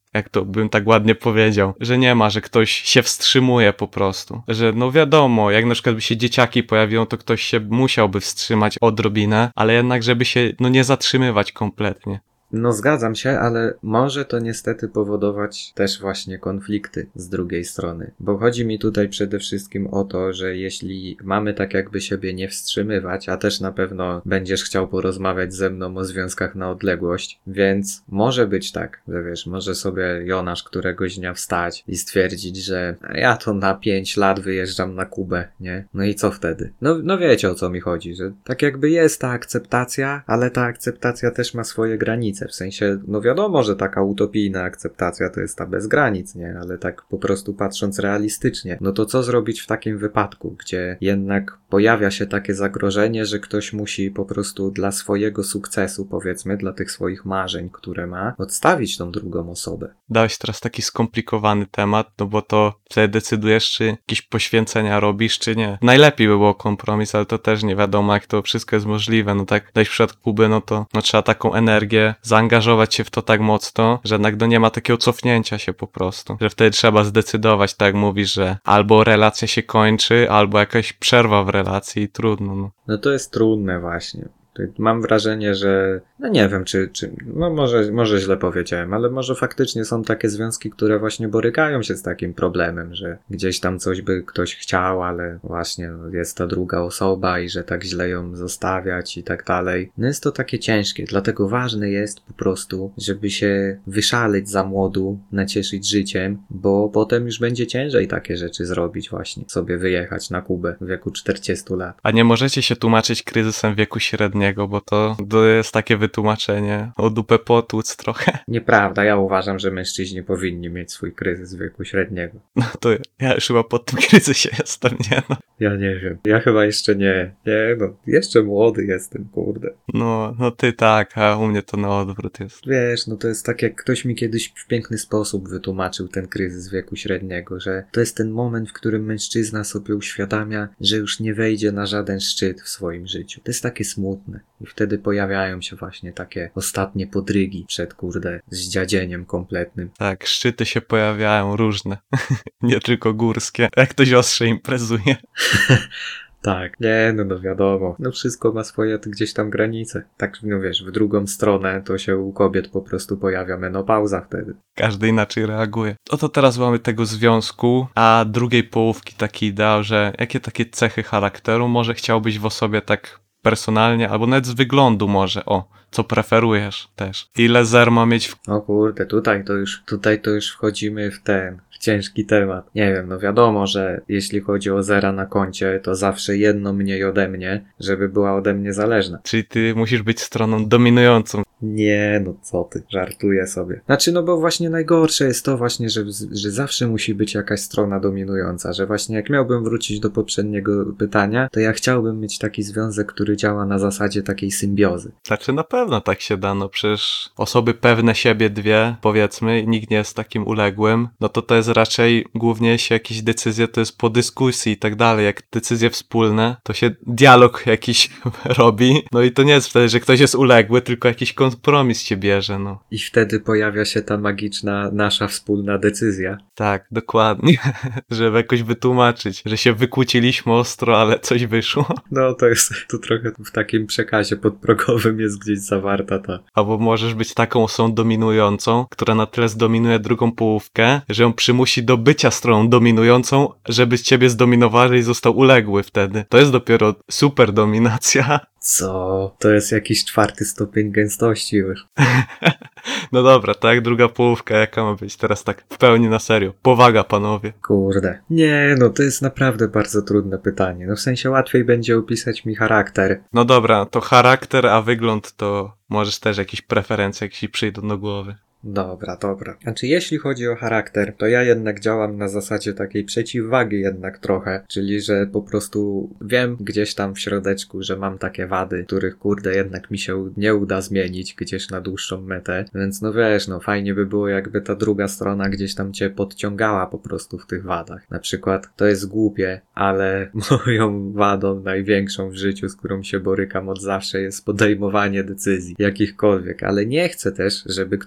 jak to bym tak ładnie powiedział, że nie ma, że ktoś się wstrzymuje po prostu, że no wiadomo, jak na przykład by się dzieciaki pojawią, to ktoś się musiałby wstrzymać odrobinę, ale jednak żeby się no nie zatrzymywać kompletnie. No zgadzam się, ale może to niestety powodować też właśnie konflikty z drugiej strony. Bo chodzi mi tutaj przede wszystkim o to, że jeśli mamy tak jakby siebie nie wstrzymywać, a też na pewno będziesz chciał porozmawiać ze mną o związkach na odległość, więc może być tak, że wiesz, może sobie Jonasz któregoś dnia wstać i stwierdzić, że ja to na pięć lat wyjeżdżam na Kubę, nie? No i co wtedy? No, no wiecie o co mi chodzi, że tak jakby jest ta akceptacja, ale ta akceptacja też ma swoje granice. W sensie, no wiadomo, że taka utopijna akceptacja to jest ta bez granic, nie? Ale tak po prostu patrząc realistycznie, no to co zrobić w takim wypadku, gdzie jednak pojawia się takie zagrożenie, że ktoś musi po prostu dla swojego sukcesu, powiedzmy, dla tych swoich marzeń, które ma, odstawić tą drugą osobę. Dałeś teraz taki skomplikowany temat, no bo to wtedy decydujesz, czy jakieś poświęcenia robisz, czy nie. Najlepiej by było kompromis, ale to też nie wiadomo, jak to wszystko jest możliwe. No tak, dać przykład Kuby, no to no, trzeba taką energię zaangażować się w to tak mocno, że jednak no nie ma takiego cofnięcia się po prostu. Że wtedy trzeba zdecydować, tak jak mówisz, że albo relacja się kończy, albo jakaś przerwa w relacji i trudno. No, No to jest trudne właśnie. Mam wrażenie, że, no nie wiem, czy, czy no może, może źle powiedziałem, ale może faktycznie są takie związki, które właśnie borykają się z takim problemem, że gdzieś tam coś by ktoś chciał, ale właśnie jest ta druga osoba i że tak źle ją zostawiać i tak dalej. No jest to takie ciężkie, dlatego ważne jest po prostu, żeby się wyszaleć za młodu, nacieszyć życiem, bo potem już będzie ciężej takie rzeczy zrobić właśnie, sobie wyjechać na Kubę w wieku czterdziestu lat. a nie możecie się tłumaczyć kryzysem wieku średniego, bo to, to jest takie wytłumaczenie o dupę potłuc trochę. Nieprawda, ja uważam, że mężczyźni powinni mieć swój kryzys wieku średniego. No to ja już chyba po tym kryzysie jestem, nie no. Ja nie wiem, ja chyba jeszcze nie, nie no, jeszcze młody jestem, kurde. No, no ty tak, a u mnie to na odwrót jest. Wiesz, no to jest tak jak ktoś mi kiedyś w piękny sposób wytłumaczył ten kryzys wieku średniego, że to jest ten moment, w którym mężczyzna sobie uświadamia, że już nie wejdzie na żaden szczyt w swoim życiu. To jest takie smutne. I wtedy pojawiają się właśnie takie ostatnie podrygi przed, kurde, zdziadzieniem kompletnym. Tak, szczyty się pojawiają różne, nie tylko górskie. Jak ktoś ostrze imprezuje. Tak, nie, no no wiadomo, no wszystko ma swoje gdzieś tam granice. Tak, no wiesz, w drugą stronę to się u kobiet po prostu pojawia menopauza wtedy. Każdy inaczej reaguje. Oto teraz mamy tego związku, a drugiej połówki taki ideał, że jakie takie cechy charakteru może chciałbyś w osobie tak personalnie, albo nawet z wyglądu może, o, co preferujesz też. Ile zer ma mieć w... O kurde, tutaj to już, tutaj to już wchodzimy w ten, w ciężki temat. Nie wiem, no wiadomo, że jeśli chodzi o zera na koncie, to zawsze jedno mniej ode mnie, żeby była ode mnie zależna. Czyli ty musisz być stroną dominującą. Nie, no co ty, żartuję sobie. Znaczy, no bo właśnie najgorsze jest to właśnie, że, że zawsze musi być jakaś strona dominująca, że właśnie jak miałbym wrócić do poprzedniego pytania, to ja chciałbym mieć taki związek, który działa na zasadzie takiej symbiozy. Znaczy na pewno tak się da, no przecież osoby pewne siebie dwie, powiedzmy, i nikt nie jest takim uległym, no to to jest raczej głównie jeśli jakieś decyzje to jest po dyskusji i tak dalej, jak decyzje wspólne, to się dialog jakiś robi, no i to nie jest wtedy, że ktoś jest uległy, tylko jakiś kompromis cię bierze, no. I wtedy pojawia się ta magiczna nasza wspólna decyzja. Tak, dokładnie, żeby jakoś wytłumaczyć, że się wykłóciliśmy ostro, ale coś wyszło. No to jest, tu trochę w takim przekazie podprogowym jest gdzieś zawarta ta. Albo możesz być taką osobą dominującą, która na tyle zdominuje drugą połówkę, że ją przymusi do bycia stroną dominującą, żeby ciebie zdominowali i został uległy wtedy. To jest dopiero super dominacja. Co? To jest jakiś czwarty stopień gęstości już. No dobra, tak, druga połówka, jaka ma być? Teraz tak w pełni na serio. Powaga, panowie. Kurde. Nie, no to jest naprawdę bardzo trudne pytanie. No w sensie łatwiej będzie opisać mi charakter. No dobra, to charakter, a wygląd to możesz też jakieś preferencje, jak ci przyjdą do głowy. Dobra, dobra. Znaczy, jeśli chodzi o charakter, to ja jednak działam na zasadzie takiej przeciwwagi jednak trochę, czyli że po prostu wiem gdzieś tam w środeczku, że mam takie wady, których kurde jednak mi się nie uda zmienić gdzieś na dłuższą metę, więc no wiesz, no fajnie by było jakby ta druga strona gdzieś tam cię podciągała po prostu w tych wadach. Na przykład, to jest głupie, ale moją wadą największą w życiu, z którą się borykam od zawsze, jest podejmowanie decyzji, jakichkolwiek, ale nie chcę też, żeby ktoś podejmował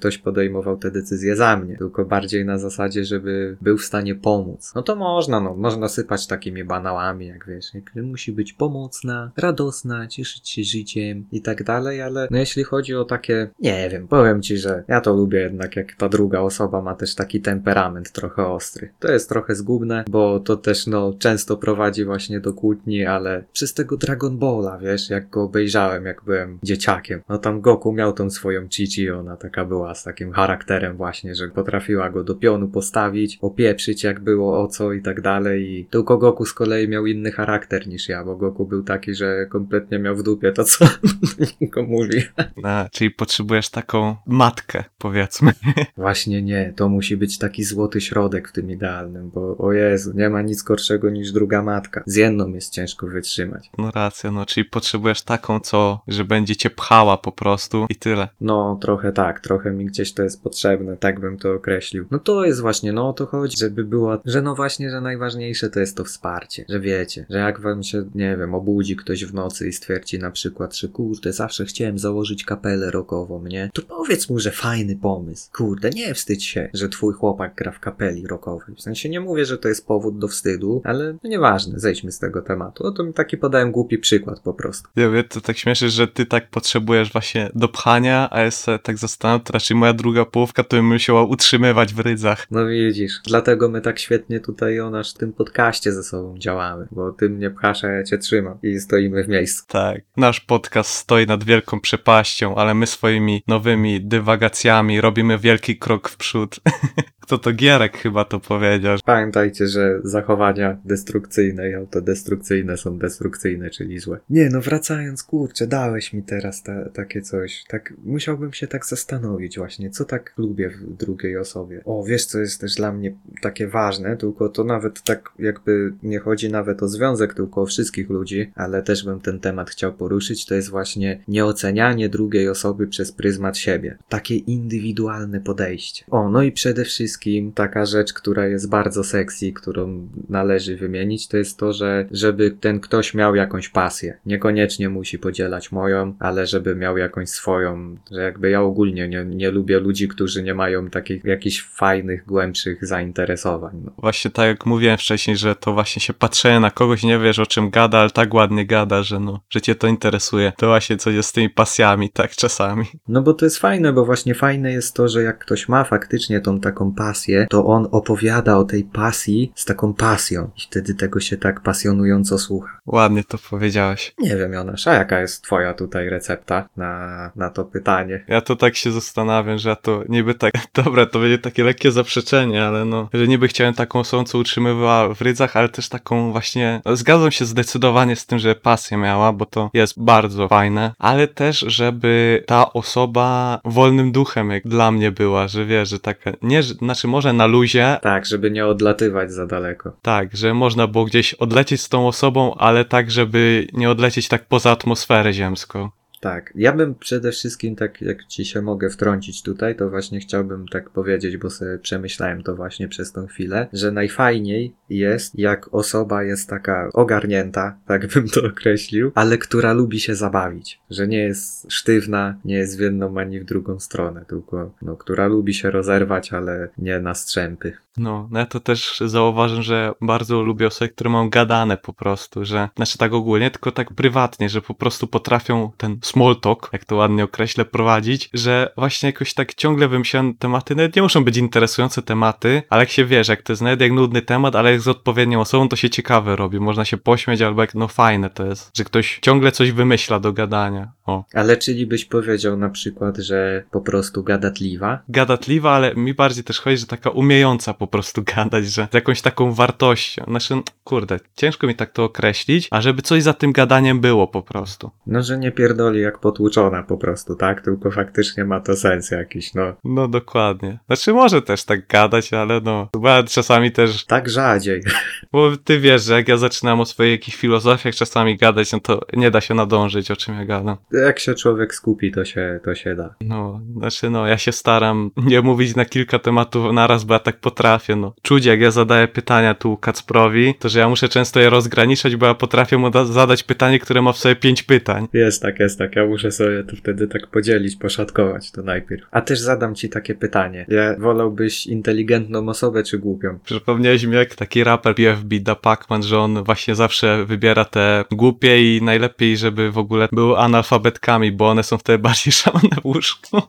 podejmował te decyzje za mnie, tylko bardziej na zasadzie, żeby był w stanie pomóc. No to można, no, można sypać takimi banałami, jak wiesz, jak musi być pomocna, radosna, cieszyć się życiem i tak dalej, ale no jeśli chodzi o takie, nie wiem, powiem ci, że ja to lubię jednak, jak ta druga osoba ma też taki temperament trochę ostry. To jest trochę zgubne, bo to też no często prowadzi właśnie do kłótni, ale przez tego Dragon Balla, wiesz, jak go obejrzałem, jak byłem dzieciakiem, no tam Goku miał tą swoją Chi-Chi, ona taka była z takim charakterem właśnie, że potrafiła go do pionu postawić, opieprzyć jak było o co i tak dalej i tylko Goku z kolei miał inny charakter niż ja, bo Goku był taki, że kompletnie miał w dupie to, co do niego mówi. A, czyli potrzebujesz taką matkę, powiedzmy. Właśnie nie, to musi być taki złoty środek w tym idealnym, bo o Jezu, nie ma nic gorszego niż druga matka. Z jedną jest ciężko wytrzymać. No racja, no, czyli potrzebujesz taką, co, że będzie cię pchała po prostu i tyle. No, trochę tak, trochę mi gdzieś to jest potrzebne, tak bym to określił. No to jest właśnie, no o to chodzi, żeby było, że no właśnie, że najważniejsze to jest to wsparcie, że wiecie, że jak wam się, nie wiem, obudzi ktoś w nocy i stwierdzi na przykład, że kurde, zawsze chciałem założyć kapelę rockową, nie? To powiedz mu, że fajny pomysł. Kurde, nie wstydź się, że twój chłopak gra w kapeli rockowej. W sensie nie mówię, że to jest powód do wstydu, ale no nieważne, zejdźmy z tego tematu. O to mi taki podałem głupi przykład po prostu. Ja wiem, to tak śmieszy, że ty tak potrzebujesz właśnie do pchania, a ja sobie tak zastanawiam, to raczej moja druga połówka to bym musiała utrzymywać w rydzach. No widzisz, dlatego my tak świetnie tutaj o nasz tym podcaście ze sobą działamy, bo ty mnie pchasz, a ja cię trzymam i stoimy w miejscu. Tak, nasz podcast stoi nad wielką przepaścią, ale my swoimi nowymi dywagacjami robimy wielki krok w przód. Kto to Gierek chyba to powiedział. Pamiętajcie, że zachowania destrukcyjne i autodestrukcyjne są destrukcyjne, czyli złe. Nie, no wracając, kurczę, dałeś mi teraz ta, takie coś. Tak, musiałbym się tak zastanowić właśnie, co tak lubię w drugiej osobie. O, wiesz, co jest też dla mnie takie ważne, tylko to nawet tak jakby nie chodzi nawet o związek, tylko o wszystkich ludzi, ale też bym ten temat chciał poruszyć, to jest właśnie nieocenianie drugiej osoby przez pryzmat siebie. Takie indywidualne podejście. O, no i przede wszystkim taka rzecz, która jest bardzo sexy, którą należy wymienić, to jest to, że żeby ten ktoś miał jakąś pasję. Niekoniecznie musi podzielać moją, ale żeby miał jakąś swoją, że jakby ja ogólnie nie, nie lubię ludzi, którzy nie mają takich jakichś fajnych, głębszych zainteresowań. No. Właśnie tak jak mówiłem wcześniej, że to właśnie się patrzenie na kogoś, nie wiesz o czym gada, ale tak ładnie gada, że no, że cię to interesuje. To właśnie coś jest z tymi pasjami, tak czasami. No bo to jest fajne, bo właśnie fajne jest to, że jak ktoś ma faktycznie tą taką pasję, to on opowiada o tej pasji z taką pasją i wtedy tego się tak pasjonująco słucha. Ładnie to powiedziałeś. Nie wiem, Jonasz, a jaka jest twoja tutaj recepta na, na to pytanie? Ja to tak się zastanawiam, że ja to niby tak, dobra, to będzie takie lekkie zaprzeczenie, ale no, że niby chciałem taką osobę, co utrzymywała w rydzach, ale też taką właśnie, no, zgadzam się zdecydowanie z tym, że pasję miała, bo to jest bardzo fajne, ale też, żeby ta osoba wolnym duchem jak dla mnie była, że wiesz, że taka, nie, że, znaczy może na luzie, Tak, żeby nie odlatywać za daleko. tak, że można było gdzieś odlecieć z tą osobą, ale tak, żeby nie odlecieć tak poza atmosferę ziemską. Tak, ja bym przede wszystkim, tak jak ci się mogę wtrącić tutaj, to właśnie chciałbym tak powiedzieć, bo sobie przemyślałem to właśnie przez tą chwilę, że najfajniej jest, jak osoba jest taka ogarnięta, tak bym to określił, ale która lubi się zabawić, że nie jest sztywna, nie jest w jedną ani w drugą stronę, tylko no, która lubi się rozerwać, ale nie na strzępy. No, no ja to też zauważam, że bardzo lubię osoby, które mają gadane po prostu, że, znaczy tak ogólnie, tylko tak prywatnie, że po prostu potrafią ten small talk, jak to ładnie określę, prowadzić, że właśnie jakoś tak ciągle wymyślane tematy, nawet nie muszą być interesujące tematy, ale jak się wiesz, jak to jest nawet jak nudny temat, ale jak z odpowiednią osobą, to się ciekawe robi, można się pośmiać, albo jak, no fajne to jest, że ktoś ciągle coś wymyśla do gadania, o. Ale czyli byś powiedział na przykład, że po prostu gadatliwa? Gadatliwa, ale mi bardziej też chodzi, że taka umiejąca po prostu gadać, że z jakąś taką wartością. Znaczy, kurde, ciężko mi tak to określić, a żeby coś za tym gadaniem było po prostu. No, że nie pierdoli jak potłuczona po prostu, tak? Tylko faktycznie ma to sens jakiś, no. No dokładnie. Znaczy może też tak gadać, ale no, chyba czasami też, Tak rzadziej. bo ty wiesz, że jak ja zaczynam o swojej jakichś filozofiach czasami gadać, no to nie da się nadążyć, o czym ja gadam. Jak się człowiek skupi, to się, to się da. No, znaczy no, ja się staram nie mówić na kilka tematów naraz, bo ja tak potrafię. potrafię, no. Czuć, jak ja zadaję pytania tu Kacprowi, to że ja muszę często je rozgraniczać, bo ja potrafię mu da- zadać pytanie, które ma w sobie pięć pytań. Jest tak, jest tak. Ja muszę sobie to wtedy tak podzielić, poszatkować to najpierw. A też zadam ci takie pytanie. Ja wolałbyś inteligentną osobę czy głupią? Przypomniałeś mi, jak taki raper P F B Da Pacman, że on właśnie zawsze wybiera te głupie i najlepiej, żeby w ogóle były analfabetkami, bo one są wtedy bardziej szalone w łóżku.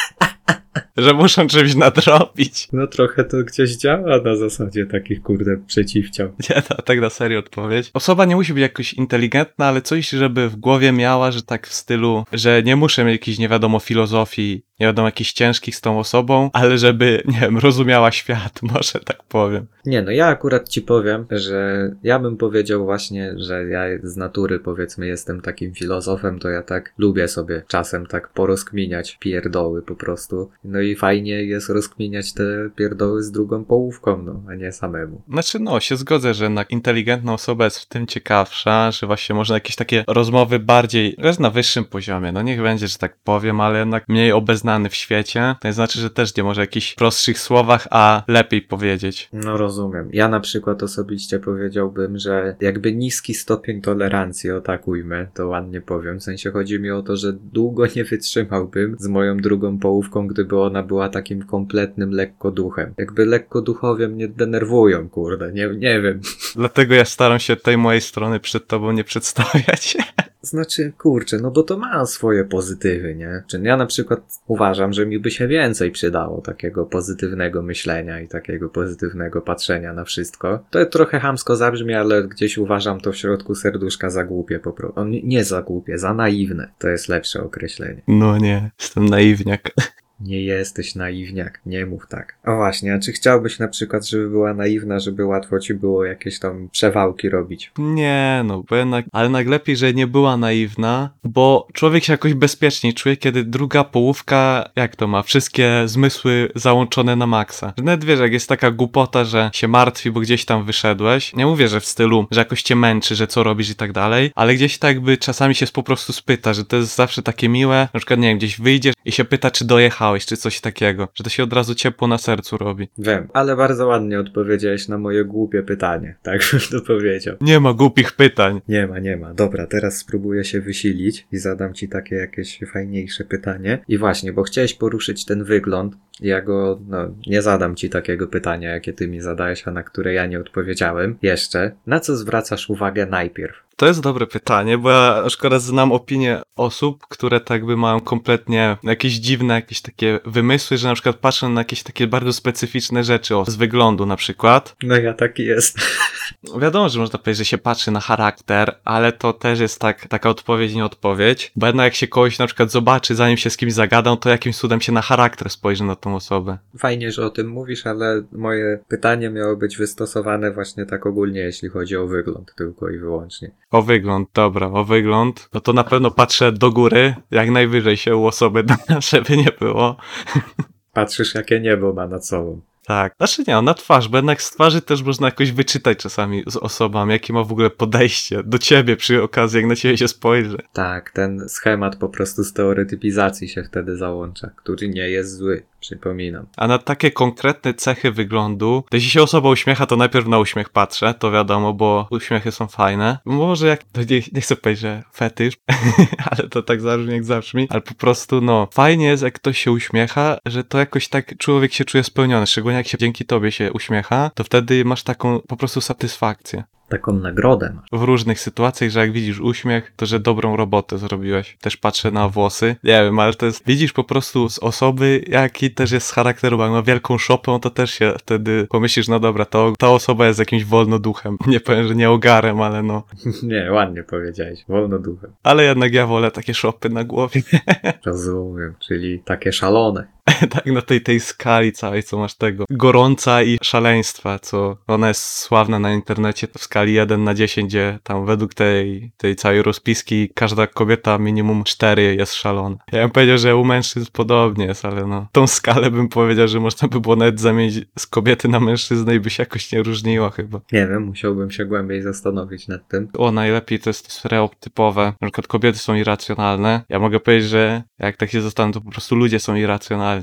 Że muszą czymś nadrobić. No trochę to gdzieś działa na zasadzie takich, kurde, przeciwciał. Nie, to, tak na serio odpowiedź. Osoba nie musi być jakoś inteligentna, ale coś, żeby w głowie miała, że tak w stylu, że nie muszę mieć jakiejś nie wiadomo filozofii, nie wiadomo jakichś ciężkich z tą osobą, ale żeby, nie wiem, rozumiała świat, może tak powiem. Nie no, ja akurat ci powiem, że ja bym powiedział właśnie, że ja z natury powiedzmy jestem takim filozofem, to ja tak lubię sobie czasem tak porozkminiać pierdoły po prostu. No i fajnie jest rozkminiać te pierdoły z drugą połówką, no, a nie samemu. Znaczy no, się zgodzę, że jednak inteligentna osoba jest w tym ciekawsza, że właśnie można jakieś takie rozmowy bardziej, jest na wyższym poziomie, no niech będzie, że tak powiem, ale jednak mniej obeznany w świecie, to nie znaczy, że też nie może jakichś prostszych słowach, a lepiej powiedzieć. No rozumiem. Ja na przykład osobiście powiedziałbym, że jakby niski stopień tolerancji, o tak ujmę, to ładnie powiem, w sensie chodzi mi o to, że długo nie wytrzymałbym z moją drugą połówką, gdyby ona była takim kompletnym lekkoduchem. Jakby lekkoduchowie mnie denerwują, kurde, nie, nie wiem. Dlatego ja staram się tej mojej strony przed tobą nie przedstawiać. Znaczy, kurczę, no bo to ma swoje pozytywy, nie? Czy ja na przykład uważam, że mi by się więcej przydało takiego pozytywnego myślenia i takiego pozytywnego patrzenia na wszystko. To trochę chamsko zabrzmi, ale gdzieś uważam to w środku serduszka za głupie po prostu. Nie, nie za głupie, za naiwne. To jest lepsze określenie. No nie, jestem naiwniak. Nie jesteś naiwniak, nie mów tak. O właśnie, a czy chciałbyś na przykład, żeby była naiwna, żeby łatwo ci było jakieś tam przewałki robić? Nie, no, bo jednak, ale jednak lepiej, że nie była naiwna, bo człowiek się jakoś bezpieczniej czuje, kiedy druga połówka, jak to ma, wszystkie zmysły załączone na maksa. Że nawet wiesz, jak jest taka głupota, że się martwi, bo gdzieś tam wyszedłeś, nie mówię, że w stylu, że jakoś cię męczy, że co robisz i tak dalej, ale gdzieś tak jakby czasami się po prostu spyta, że to jest zawsze takie miłe, na przykład, nie wiem, gdzieś wyjdziesz i się pyta, czy dojechałeś, czy coś takiego, że to się od razu ciepło na sercu robi. Wiem, ale bardzo ładnie odpowiedziałeś na moje głupie pytanie, tak bym to powiedział. Nie ma głupich pytań. Nie ma, nie ma. Dobra, teraz spróbuję się wysilić i zadam ci takie jakieś fajniejsze pytanie. I właśnie, bo chciałeś poruszyć ten wygląd, ja go, no, nie zadam ci takiego pytania, jakie ty mi zadałeś, a na które ja nie odpowiedziałem. Jeszcze, na co zwracasz uwagę najpierw? To jest dobre pytanie, bo ja na przykład znam opinię osób, które tak by mają kompletnie jakieś dziwne, jakieś takie wymysły, że na przykład patrzą na jakieś takie bardzo specyficzne rzeczy, o, z wyglądu na przykład. No ja taki jest. Wiadomo, że można powiedzieć, że się patrzy na charakter, ale to też jest tak, taka odpowiedź, nie odpowiedź, bo jednak jak się kogoś na przykład zobaczy, zanim się z kimś zagadą, to jakimś cudem się na charakter spojrzy na tą osobę. Fajnie, że o tym mówisz, ale moje pytanie miało być wystosowane właśnie tak ogólnie, jeśli chodzi o wygląd, tylko i wyłącznie. O wygląd, dobra, o wygląd. No to na pewno patrzę do góry, jak najwyżej się u osoby da, żeby nie było. Patrzysz, jakie niebo ma nad sobą. Tak. Znaczy nie, na twarz, bo jednak z twarzy też można jakoś wyczytać czasami z osobami, jakie ma w ogóle podejście do ciebie przy okazji, jak na ciebie się spojrzy. Tak, ten schemat po prostu z teoretypizacji się wtedy załącza, który nie jest zły, przypominam. A na takie konkretne cechy wyglądu, to jeśli się osoba uśmiecha, to najpierw na uśmiech patrzę, to wiadomo, bo uśmiechy są fajne. Może jak, to nie, nie chcę powiedzieć, że fetysz, ale to tak zabrzmi jak zabrzmi, ale po prostu no, fajnie jest jak ktoś się uśmiecha, że to jakoś tak człowiek się czuje spełniony, szczególnie jak się dzięki tobie się uśmiecha, to wtedy masz taką po prostu satysfakcję. Taką nagrodę masz. W różnych sytuacjach, że jak widzisz uśmiech, to że dobrą robotę zrobiłeś. Też patrzę na włosy. Nie wiem, ale to jest, widzisz po prostu z osoby, jaki też jest z charakteru, bo jak ma wielką szopę, to też się wtedy pomyślisz, no dobra, to ta osoba jest jakimś wolnoduchem. Nie powiem, że nie ogarem, ale no. Nie, ładnie powiedziałeś, wolnoduchem. Ale jednak ja wolę takie szopy na głowie. Rozumiem, czyli takie szalone. Tak na tej, tej skali całej, co masz tego gorąca i szaleństwa, co ona jest sławna na internecie w skali jeden na dziesięć, gdzie tam według tej, tej całej rozpiski każda kobieta minimum cztery jest szalona. Ja bym powiedział, że u mężczyzn podobnie jest, ale no tą skalę bym powiedział, że można by było nawet zamienić z kobiety na mężczyznę i by się jakoś nie różniło chyba. Nie wiem, musiałbym się głębiej zastanowić nad tym. O, najlepiej to jest stereotypowe. Na przykład kobiety są irracjonalne. Ja mogę powiedzieć, że jak tak się zastanę, to po prostu ludzie są irracjonalni.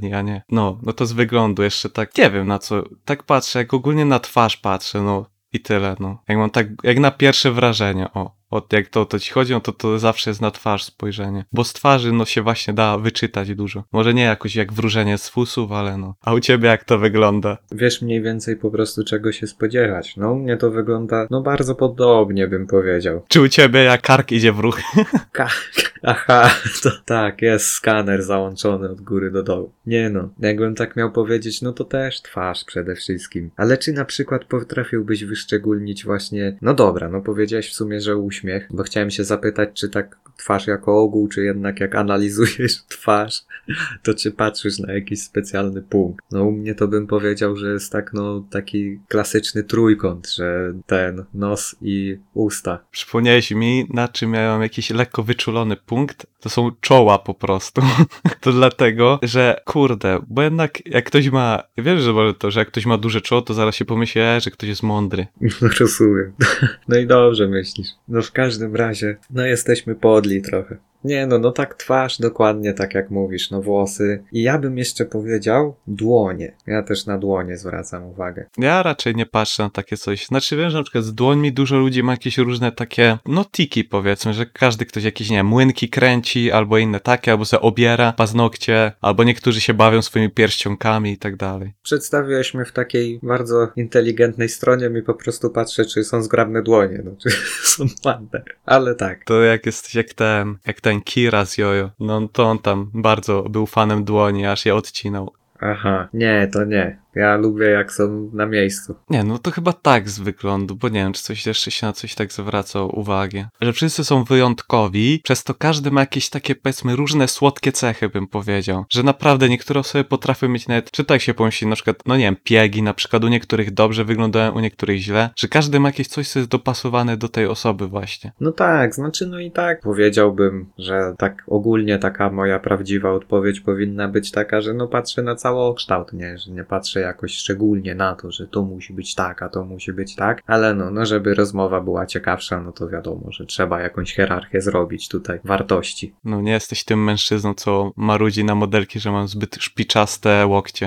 a nie. No, no to z wyglądu jeszcze tak, nie wiem na co, tak patrzę, jak ogólnie na twarz patrzę, no i tyle, no. Jak mam tak, jak na pierwsze wrażenie, o. Od jak to o to ci chodzi, no to to zawsze jest na twarz spojrzenie. Bo z twarzy no się właśnie da wyczytać dużo. Może nie jakoś jak wróżenie z fusów, ale no. A u ciebie jak to wygląda? Wiesz mniej więcej po prostu czego się spodziewać. No u mnie to wygląda, no bardzo podobnie bym powiedział. Czy u ciebie jak kark idzie w ruch? Ka- Aha, to tak, jest skaner załączony od góry do dołu. Nie no, jakbym tak miał powiedzieć, no to też twarz przede wszystkim. Ale czy na przykład potrafiłbyś wyszczególnić właśnie, no dobra, no powiedziałeś w sumie, że uśmiech, bo chciałem się zapytać, czy tak twarz jako ogół, czy jednak jak analizujesz twarz, to czy patrzysz na jakiś specjalny punkt. No u mnie to bym powiedział, że jest tak, no taki klasyczny trójkąt, że ten nos i usta. Przypomniałeś mi, na czym miałem jakiś lekko wyczulony punkt, to są czoła po prostu. To dlatego, że kurde, bo jednak jak ktoś ma, wiesz, że może to, że jak ktoś ma duże czoło, to zaraz się pomyśli, e, że ktoś jest mądry. No rozumiem. No i dobrze myślisz. No w każdym razie, no jesteśmy podli trochę. Nie no, no tak twarz, dokładnie tak jak mówisz, no włosy. I ja bym jeszcze powiedział dłonie. Ja też na dłonie zwracam uwagę. Ja raczej nie patrzę na takie coś. Znaczy wiem, że na przykład z dłońmi dużo ludzi ma jakieś różne takie, no tiki powiedzmy, że każdy ktoś jakieś, nie wiem, młynki kręci, albo inne takie, albo se obiera paznokcie, albo niektórzy się bawią swoimi pierścionkami i tak dalej. Przedstawiłeś mnie w takiej bardzo inteligentnej stronie, mi po prostu patrzę, czy są zgrabne dłonie, no czy są ładne. Ale tak. To jak jesteś jak ten, jak ten Kira z Jojo, no to on tam bardzo był fanem dłoni, aż je odcinał. Aha, nie, to nie. Ja lubię jak są na miejscu. Nie, no to chyba tak z wyglądu, bo nie wiem, czy coś jeszcze się na coś tak zwraca uwagę. Że wszyscy są wyjątkowi, przez to każdy ma jakieś takie, powiedzmy, różne słodkie cechy, bym powiedział. Że naprawdę niektóre osoby potrafią mieć nawet, czy tak się pomyśli, na przykład, no nie wiem, piegi, na przykład u niektórych dobrze wyglądają, u niektórych źle, że każdy ma jakieś coś, co jest dopasowane do tej osoby właśnie. No tak, znaczy no i tak powiedziałbym, że tak ogólnie taka moja prawdziwa odpowiedź powinna być taka, że no patrzę na całokształt, nie, że nie patrzę jakoś szczególnie na to, że to musi być tak, a to musi być tak, ale no, no żeby rozmowa była ciekawsza, no to wiadomo, że trzeba jakąś hierarchię zrobić tutaj, wartości. No nie jesteś tym mężczyzną, co marudzi na modelki, że mam zbyt szpiczaste łokcie.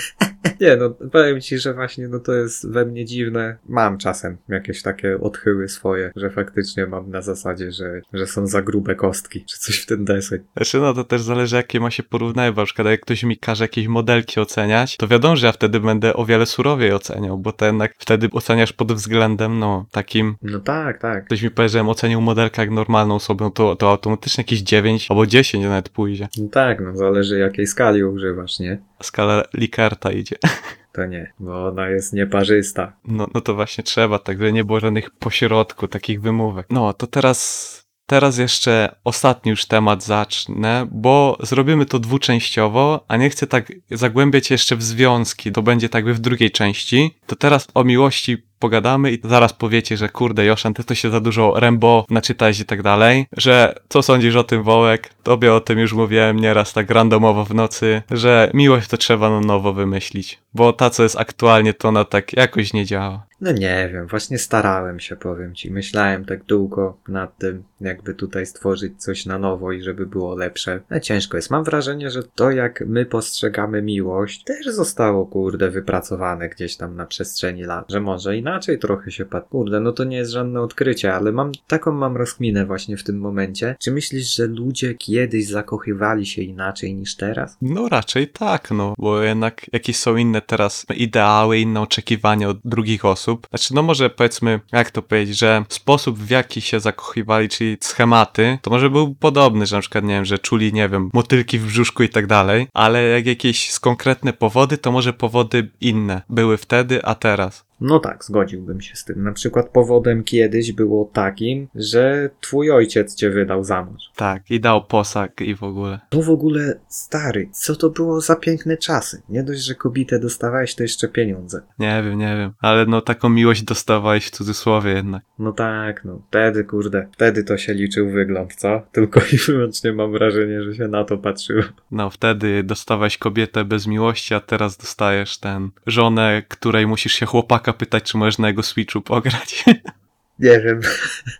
Nie no, powiem ci, że właśnie no to jest we mnie dziwne. Mam czasem jakieś takie odchyły swoje, że faktycznie mam na zasadzie, że, że są za grube kostki, czy coś w ten deseń. Znaczy no to też zależy jakie ma się porównanie, bo na przykład jak ktoś mi każe jakieś modelki oceniać, to wiadomo, że ja wtedy będę o wiele surowiej oceniał, bo to jednak wtedy oceniasz pod względem, no, takim... No tak, tak. Ktoś mi powie, że ocenił modelkę jak normalną osobę, to, to automatycznie jakieś dziewięć albo dziesięć nawet pójdzie. No tak, no zależy jakiej skali używasz, nie? Skala Likerta idzie. To nie, bo ona jest nieparzysta. No, no to właśnie trzeba, tak żeby nie było żadnych pośrodku, takich wymówek. No, to teraz... Teraz jeszcze ostatni już temat zacznę, bo zrobimy to dwuczęściowo, a nie chcę tak zagłębiać jeszcze w związki, to będzie tak jakby w drugiej części. To teraz o miłości pogadamy i zaraz powiecie, że kurde Joszan, ty to się za dużo Rambo naczytałeś i tak dalej, że co sądzisz o tym Wołek? Tobie o tym już mówiłem nieraz tak randomowo w nocy, że miłość to trzeba na nowo wymyślić, bo ta co jest aktualnie to ona tak jakoś nie działa. No nie wiem, właśnie starałem się, powiem ci. Myślałem tak długo nad tym, jakby tutaj stworzyć coś na nowo i żeby było lepsze. No ciężko jest. Mam wrażenie, że to jak my postrzegamy miłość też zostało, kurde, wypracowane gdzieś tam na przestrzeni lat. Że może inaczej trochę się patrzy. Kurde, no to nie jest żadne odkrycie, ale mam taką mam rozkminę właśnie w tym momencie. Czy myślisz, że ludzie kiedyś zakochywali się inaczej niż teraz? No raczej tak, no, bo jednak jakieś są inne teraz ideały, inne oczekiwania od drugich osób. Znaczy, no może powiedzmy, jak to powiedzieć, że sposób w jaki się zakochiwali, czyli schematy, to może był podobny, że na przykład, nie wiem, że czuli, nie wiem, motylki w brzuszku i tak dalej, ale jak jakieś konkretne powody, to może powody inne były wtedy, a teraz. No tak, zgodziłbym się z tym. Na przykład powodem kiedyś było takim, że twój ojciec cię wydał za mąż. Tak, i dał posag i w ogóle. To w ogóle, stary, co to było za piękne czasy? Nie dość, że kobietę dostawałeś, to jeszcze pieniądze. Nie wiem, nie wiem, ale no taką miłość dostawałeś w cudzysłowie jednak. No tak, no. Wtedy, kurde, wtedy to się liczył wygląd, co? Tylko i wyłącznie mam wrażenie, że się na to patrzyło. No wtedy dostawałeś kobietę bez miłości, a teraz dostajesz ten żonę, której musisz się chłopaka pytać, czy możesz na jego Switchu pograć. Nie wiem.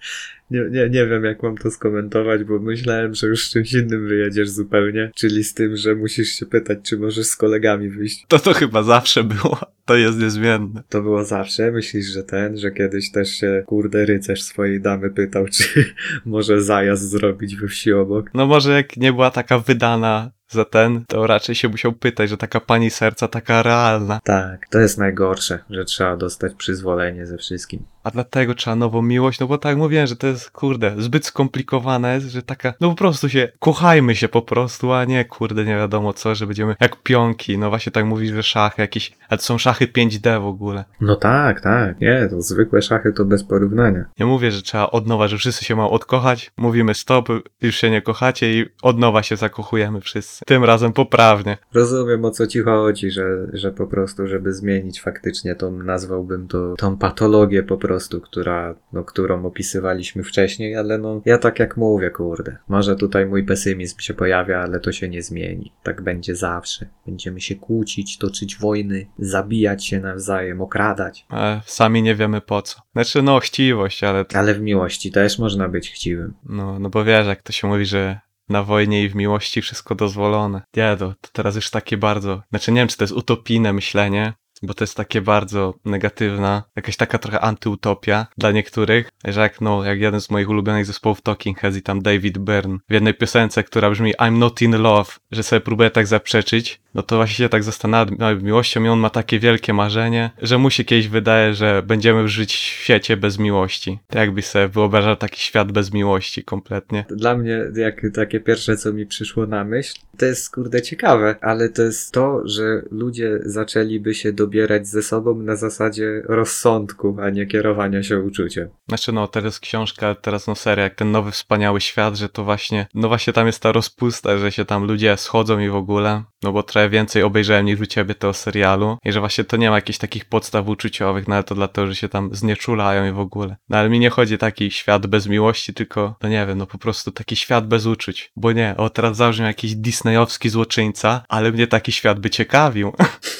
Nie, nie, nie wiem, jak mam to skomentować, bo myślałem, że już z czymś innym wyjedziesz zupełnie, czyli z tym, że musisz się pytać, czy możesz z kolegami wyjść. To to chyba zawsze było. To jest niezmienne. To było zawsze? Myślisz, że ten, że kiedyś też się, kurde, rycerz swojej damy pytał, czy może zajazd zrobić we wsi obok? No może jak nie była taka wydana za ten, to raczej się musiał pytać, że taka pani serca, taka realna. Tak, to jest najgorsze, że trzeba dostać przyzwolenie ze wszystkim. A dlatego trzeba nową miłość, no bo tak mówiłem, że to jest, kurde, zbyt skomplikowane jest, że taka, no po prostu się, kochajmy się po prostu, a nie, kurde, nie wiadomo co, że będziemy jak pionki, no właśnie tak mówisz, że szachy jakieś, ale to są szachy pięć D w ogóle. No tak, tak, nie, to zwykłe szachy to bez porównania. Nie mówię, że trzeba od nowa, że wszyscy się mają odkochać, mówimy stop, już się nie kochacie i od nowa się zakochujemy wszyscy. Tym razem poprawnie. Rozumiem, o co ci chodzi, że, że po prostu, żeby zmienić faktycznie tą, nazwałbym to, tą patologię po prostu, która, no, którą opisywaliśmy wcześniej, ale no, ja tak jak mówię, kurde, może tutaj mój pesymizm się pojawia, ale to się nie zmieni. Tak będzie zawsze. Będziemy się kłócić, toczyć wojny, zabijać się nawzajem, okradać. Ale sami nie wiemy po co. Znaczy, no, chciwość, ale... Ale w miłości też można być chciwym. No, no bo wiesz, jak to się mówi, że na wojnie i w miłości wszystko dozwolone. Nie, to, to teraz już takie bardzo... Znaczy, nie wiem, czy to jest utopijne myślenie, bo to jest takie bardzo negatywna, jakaś taka trochę antyutopia dla niektórych, że jak, no, jak jeden z moich ulubionych zespołów Talking Heads i tam David Byrne w jednej piosence, która brzmi I'm not in love, że sobie próbuje tak zaprzeczyć, no to właśnie się tak zastanawiam nad miłością i on ma takie wielkie marzenie, że mu się kiedyś wydaje, że będziemy żyć w świecie bez miłości. To jakbyś sobie wyobrażał taki świat bez miłości kompletnie. Dla mnie, jak takie pierwsze, co mi przyszło na myśl, to jest, kurde, ciekawe, ale to jest to, że ludzie zaczęliby się dobierać ze sobą na zasadzie rozsądku, a nie kierowania się uczuciem. Znaczy no, teraz książka, teraz no seria, jak ten nowy wspaniały świat, że to właśnie, no właśnie tam jest ta rozpusta, że się tam ludzie schodzą i w ogóle, no bo trochę więcej obejrzałem niż u ciebie tego serialu i że właśnie to nie ma jakichś takich podstaw uczuciowych, no ale to dlatego, że się tam znieczulają i w ogóle. No ale mi nie chodzi taki świat bez miłości, tylko, no nie wiem, no po prostu taki świat bez uczuć, bo nie, o teraz zabrzmiał jakiś disneyowski złoczyńca, ale mnie taki świat by ciekawił.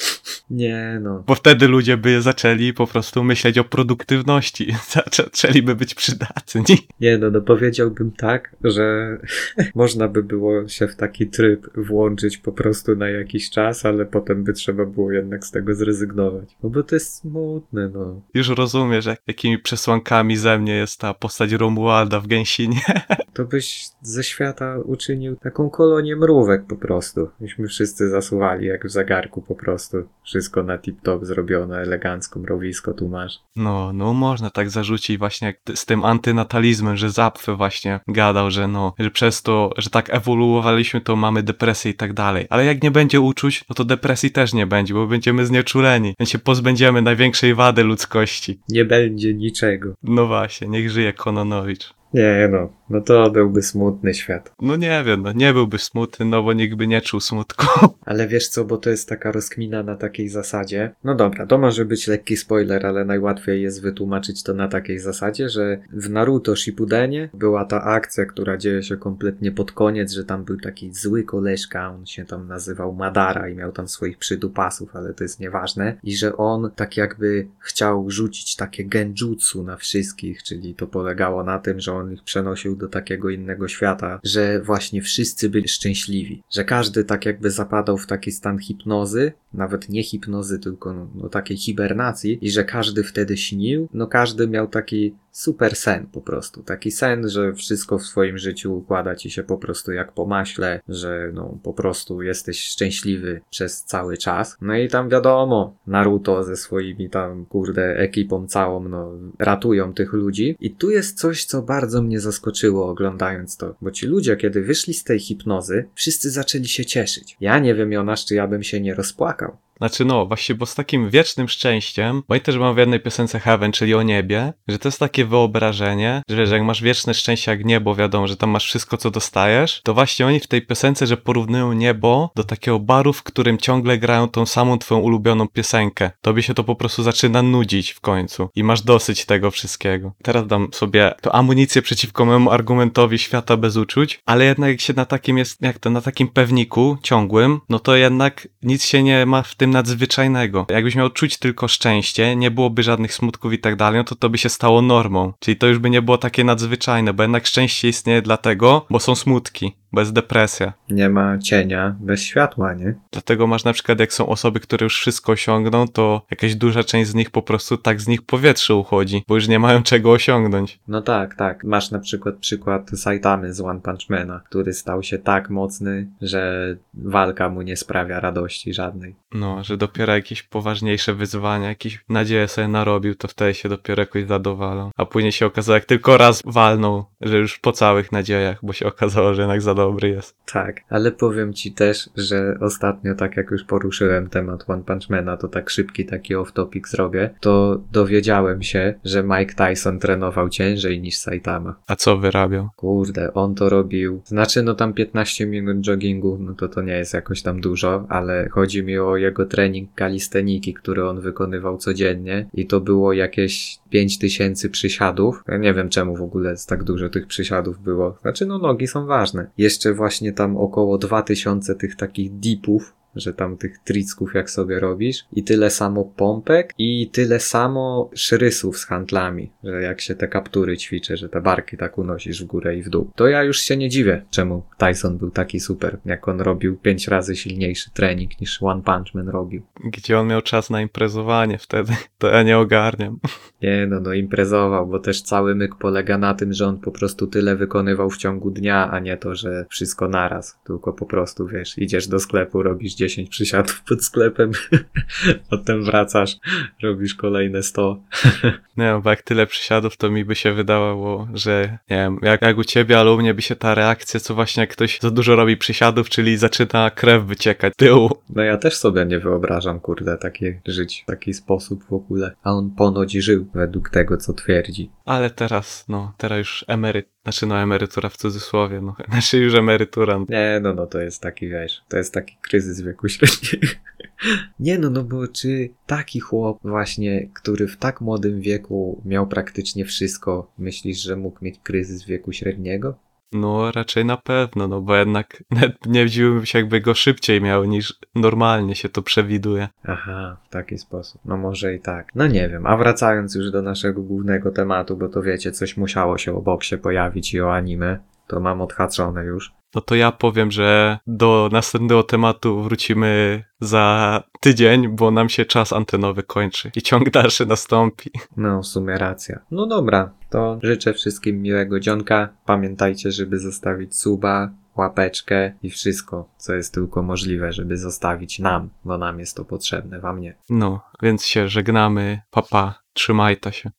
Nie no. Bo wtedy ludzie by zaczęli po prostu myśleć o produktywności. Zaczęliby być przydatni. Nie no, no powiedziałbym tak, że można by było się w taki tryb włączyć po prostu na jakiś czas, ale potem by trzeba było jednak z tego zrezygnować. No bo to jest smutne, no. Już rozumiesz, jak, jakimi przesłankami ze mnie jest ta postać Romualda w Gęsinie. To byś ze świata uczynił taką kolonię mrówek po prostu. Myśmy wszyscy zasuwali jak w zegarku po prostu. Wszystko na tip-top zrobione, elegancko, mrowisko tu masz. No, no można tak zarzucić właśnie jak t- z tym antynatalizmem, że Zapfy właśnie gadał, że no, że przez to, że tak ewoluowaliśmy, to mamy depresję i tak dalej. Ale jak nie będzie uczuć, no to depresji też nie będzie, bo będziemy znieczuleni. Więc się pozbędziemy największej wady ludzkości. Nie będzie niczego. No właśnie, niech żyje Kononowicz. Nie no, no to byłby smutny świat. No nie wiem, no nie byłby smutny, no bo nikt by nie czuł smutku. Ale wiesz co, bo to jest taka rozkmina na takiej zasadzie. No dobra, to może być lekki spoiler, ale najłatwiej jest wytłumaczyć to na takiej zasadzie, że w Naruto Shippudenie była ta akcja, która dzieje się kompletnie pod koniec, że tam był taki zły koleżka, on się tam nazywał Madara i miał tam swoich przydupasów, ale to jest nieważne. I że on tak jakby chciał rzucić takie genjutsu na wszystkich, czyli to polegało na tym, że on ich przenosił do takiego innego świata, że właśnie wszyscy byli szczęśliwi, że każdy tak jakby zapadał w taki stan hipnozy, nawet nie hipnozy, tylko no, no takiej hibernacji i że każdy wtedy śnił, no każdy miał taki super sen po prostu, taki sen, że wszystko w swoim życiu układa ci się po prostu jak po maśle, że no po prostu jesteś szczęśliwy przez cały czas. No i tam wiadomo, Naruto ze swoimi tam kurde ekipą całą, no ratują tych ludzi i tu jest coś, co bardzo mnie zaskoczyło oglądając to, bo ci ludzie, kiedy wyszli z tej hipnozy, wszyscy zaczęli się cieszyć. Ja nie wiem, Jonasz, czy ja bym się nie rozpłakał. Znaczy no, właśnie, bo z takim wiecznym szczęściem, bo i też mam w jednej piosence Heaven, czyli o niebie, że to jest takie wyobrażenie, że wiesz, jak masz wieczne szczęście jak niebo, wiadomo, że tam masz wszystko, co dostajesz, to właśnie oni w tej piosence, że porównują niebo do takiego baru, w którym ciągle grają tą samą twoją ulubioną piosenkę. Tobie się to po prostu zaczyna nudzić w końcu i masz dosyć tego wszystkiego. Teraz dam sobie to amunicję przeciwko memu argumentowi świata bez uczuć, ale jednak jak się na takim jest, jak to, na takim pewniku ciągłym, no to jednak nic się nie ma w tym niczym nadzwyczajnego. Jakbyś miał czuć tylko szczęście, nie byłoby żadnych smutków i tak dalej, no to to by się stało normą. Czyli to już by nie było takie nadzwyczajne, bo jednak szczęście istnieje dlatego, bo są smutki, bo jest depresja. Nie ma cienia bez światła, nie? Dlatego masz na przykład, jak są osoby, które już wszystko osiągną, to jakaś duża część z nich po prostu tak z nich powietrze uchodzi, bo już nie mają czego osiągnąć. No tak, tak. Masz na przykład przykład Saitamy z One Punch Mana, który stał się tak mocny, że walka mu nie sprawia radości żadnej. No, że dopiero jakieś poważniejsze wyzwania, jakieś nadzieje sobie narobił, to wtedy się dopiero jakoś zadowalał. A później się okazało, jak tylko raz walnął, że już po całych nadziejach, bo się okazało, że jednak za dobry jest. Tak, ale powiem ci też, że ostatnio, tak jak już poruszyłem temat One Punch Mana, to tak szybki taki off-topic zrobię, to dowiedziałem się, że Mike Tyson trenował ciężej niż Saitama. A co wyrabiał? Kurde, on to robił, znaczy no tam piętnaście minut joggingu, no to to nie jest jakoś tam dużo, ale chodzi mi o jego trening kalisteniki, który on wykonywał codziennie i to było jakieś pięć tysięcy przysiadów. Ja nie wiem czemu w ogóle tak dużo tych przysiadów było. Znaczy no nogi są ważne. Jeszcze właśnie tam około dwa tysiące tych takich dipów, że tam tych tricków jak sobie robisz i tyle samo pompek i tyle samo szrysów z handlami, że jak się te kaptury ćwiczy, że te barki tak unosisz w górę i w dół. To ja już się nie dziwię, czemu Tyson był taki super, jak on robił pięć razy silniejszy trening niż One Punch Man robił. Gdzie on miał czas na imprezowanie wtedy? To ja nie ogarniam. Nie no, no imprezował, bo też cały myk polega na tym, że on po prostu tyle wykonywał w ciągu dnia, a nie to, że wszystko naraz, tylko po prostu, wiesz, idziesz do sklepu, robisz dziesięć przysiadów pod sklepem, potem wracasz, robisz kolejne sto. Nie wiem, bo jak tyle przysiadów, to mi by się wydawało, że nie wiem, jak, jak u ciebie, ale u mnie by się ta reakcja, co właśnie jak ktoś za dużo robi przysiadów, czyli zaczyna krew wyciekać tyłu. No ja też sobie nie wyobrażam, kurde, takie żyć w taki sposób w ogóle. A on ponoć żył według tego, co twierdzi. Ale teraz, no, teraz już emeryt, znaczy no emerytura w cudzysłowie, no, znaczy już emerytura. Nie, no, no to jest taki, wiesz, to jest taki kryzys wieku średniego. Nie no, no bo czy taki chłop właśnie, który w tak młodym wieku miał praktycznie wszystko, myślisz, że mógł mieć kryzys wieku średniego? No raczej na pewno, no bo jednak nawet nie dziwiłbym się, jakby go szybciej miał niż normalnie się to przewiduje. Aha, w taki sposób. No może i tak. No nie wiem, a wracając już do naszego głównego tematu, bo to wiecie, coś musiało się o boksie pojawić i o anime, to mam odhaczone już. No to ja powiem, że do następnego tematu wrócimy za tydzień, bo nam się czas antenowy kończy i ciąg dalszy nastąpi. No, w sumie racja. No dobra, to życzę wszystkim miłego dzionka. Pamiętajcie, żeby zostawić suba, łapeczkę i wszystko, co jest tylko możliwe, żeby zostawić nam, bo nam jest to potrzebne, wam nie. No, więc się żegnamy. Papa, trzymajta się.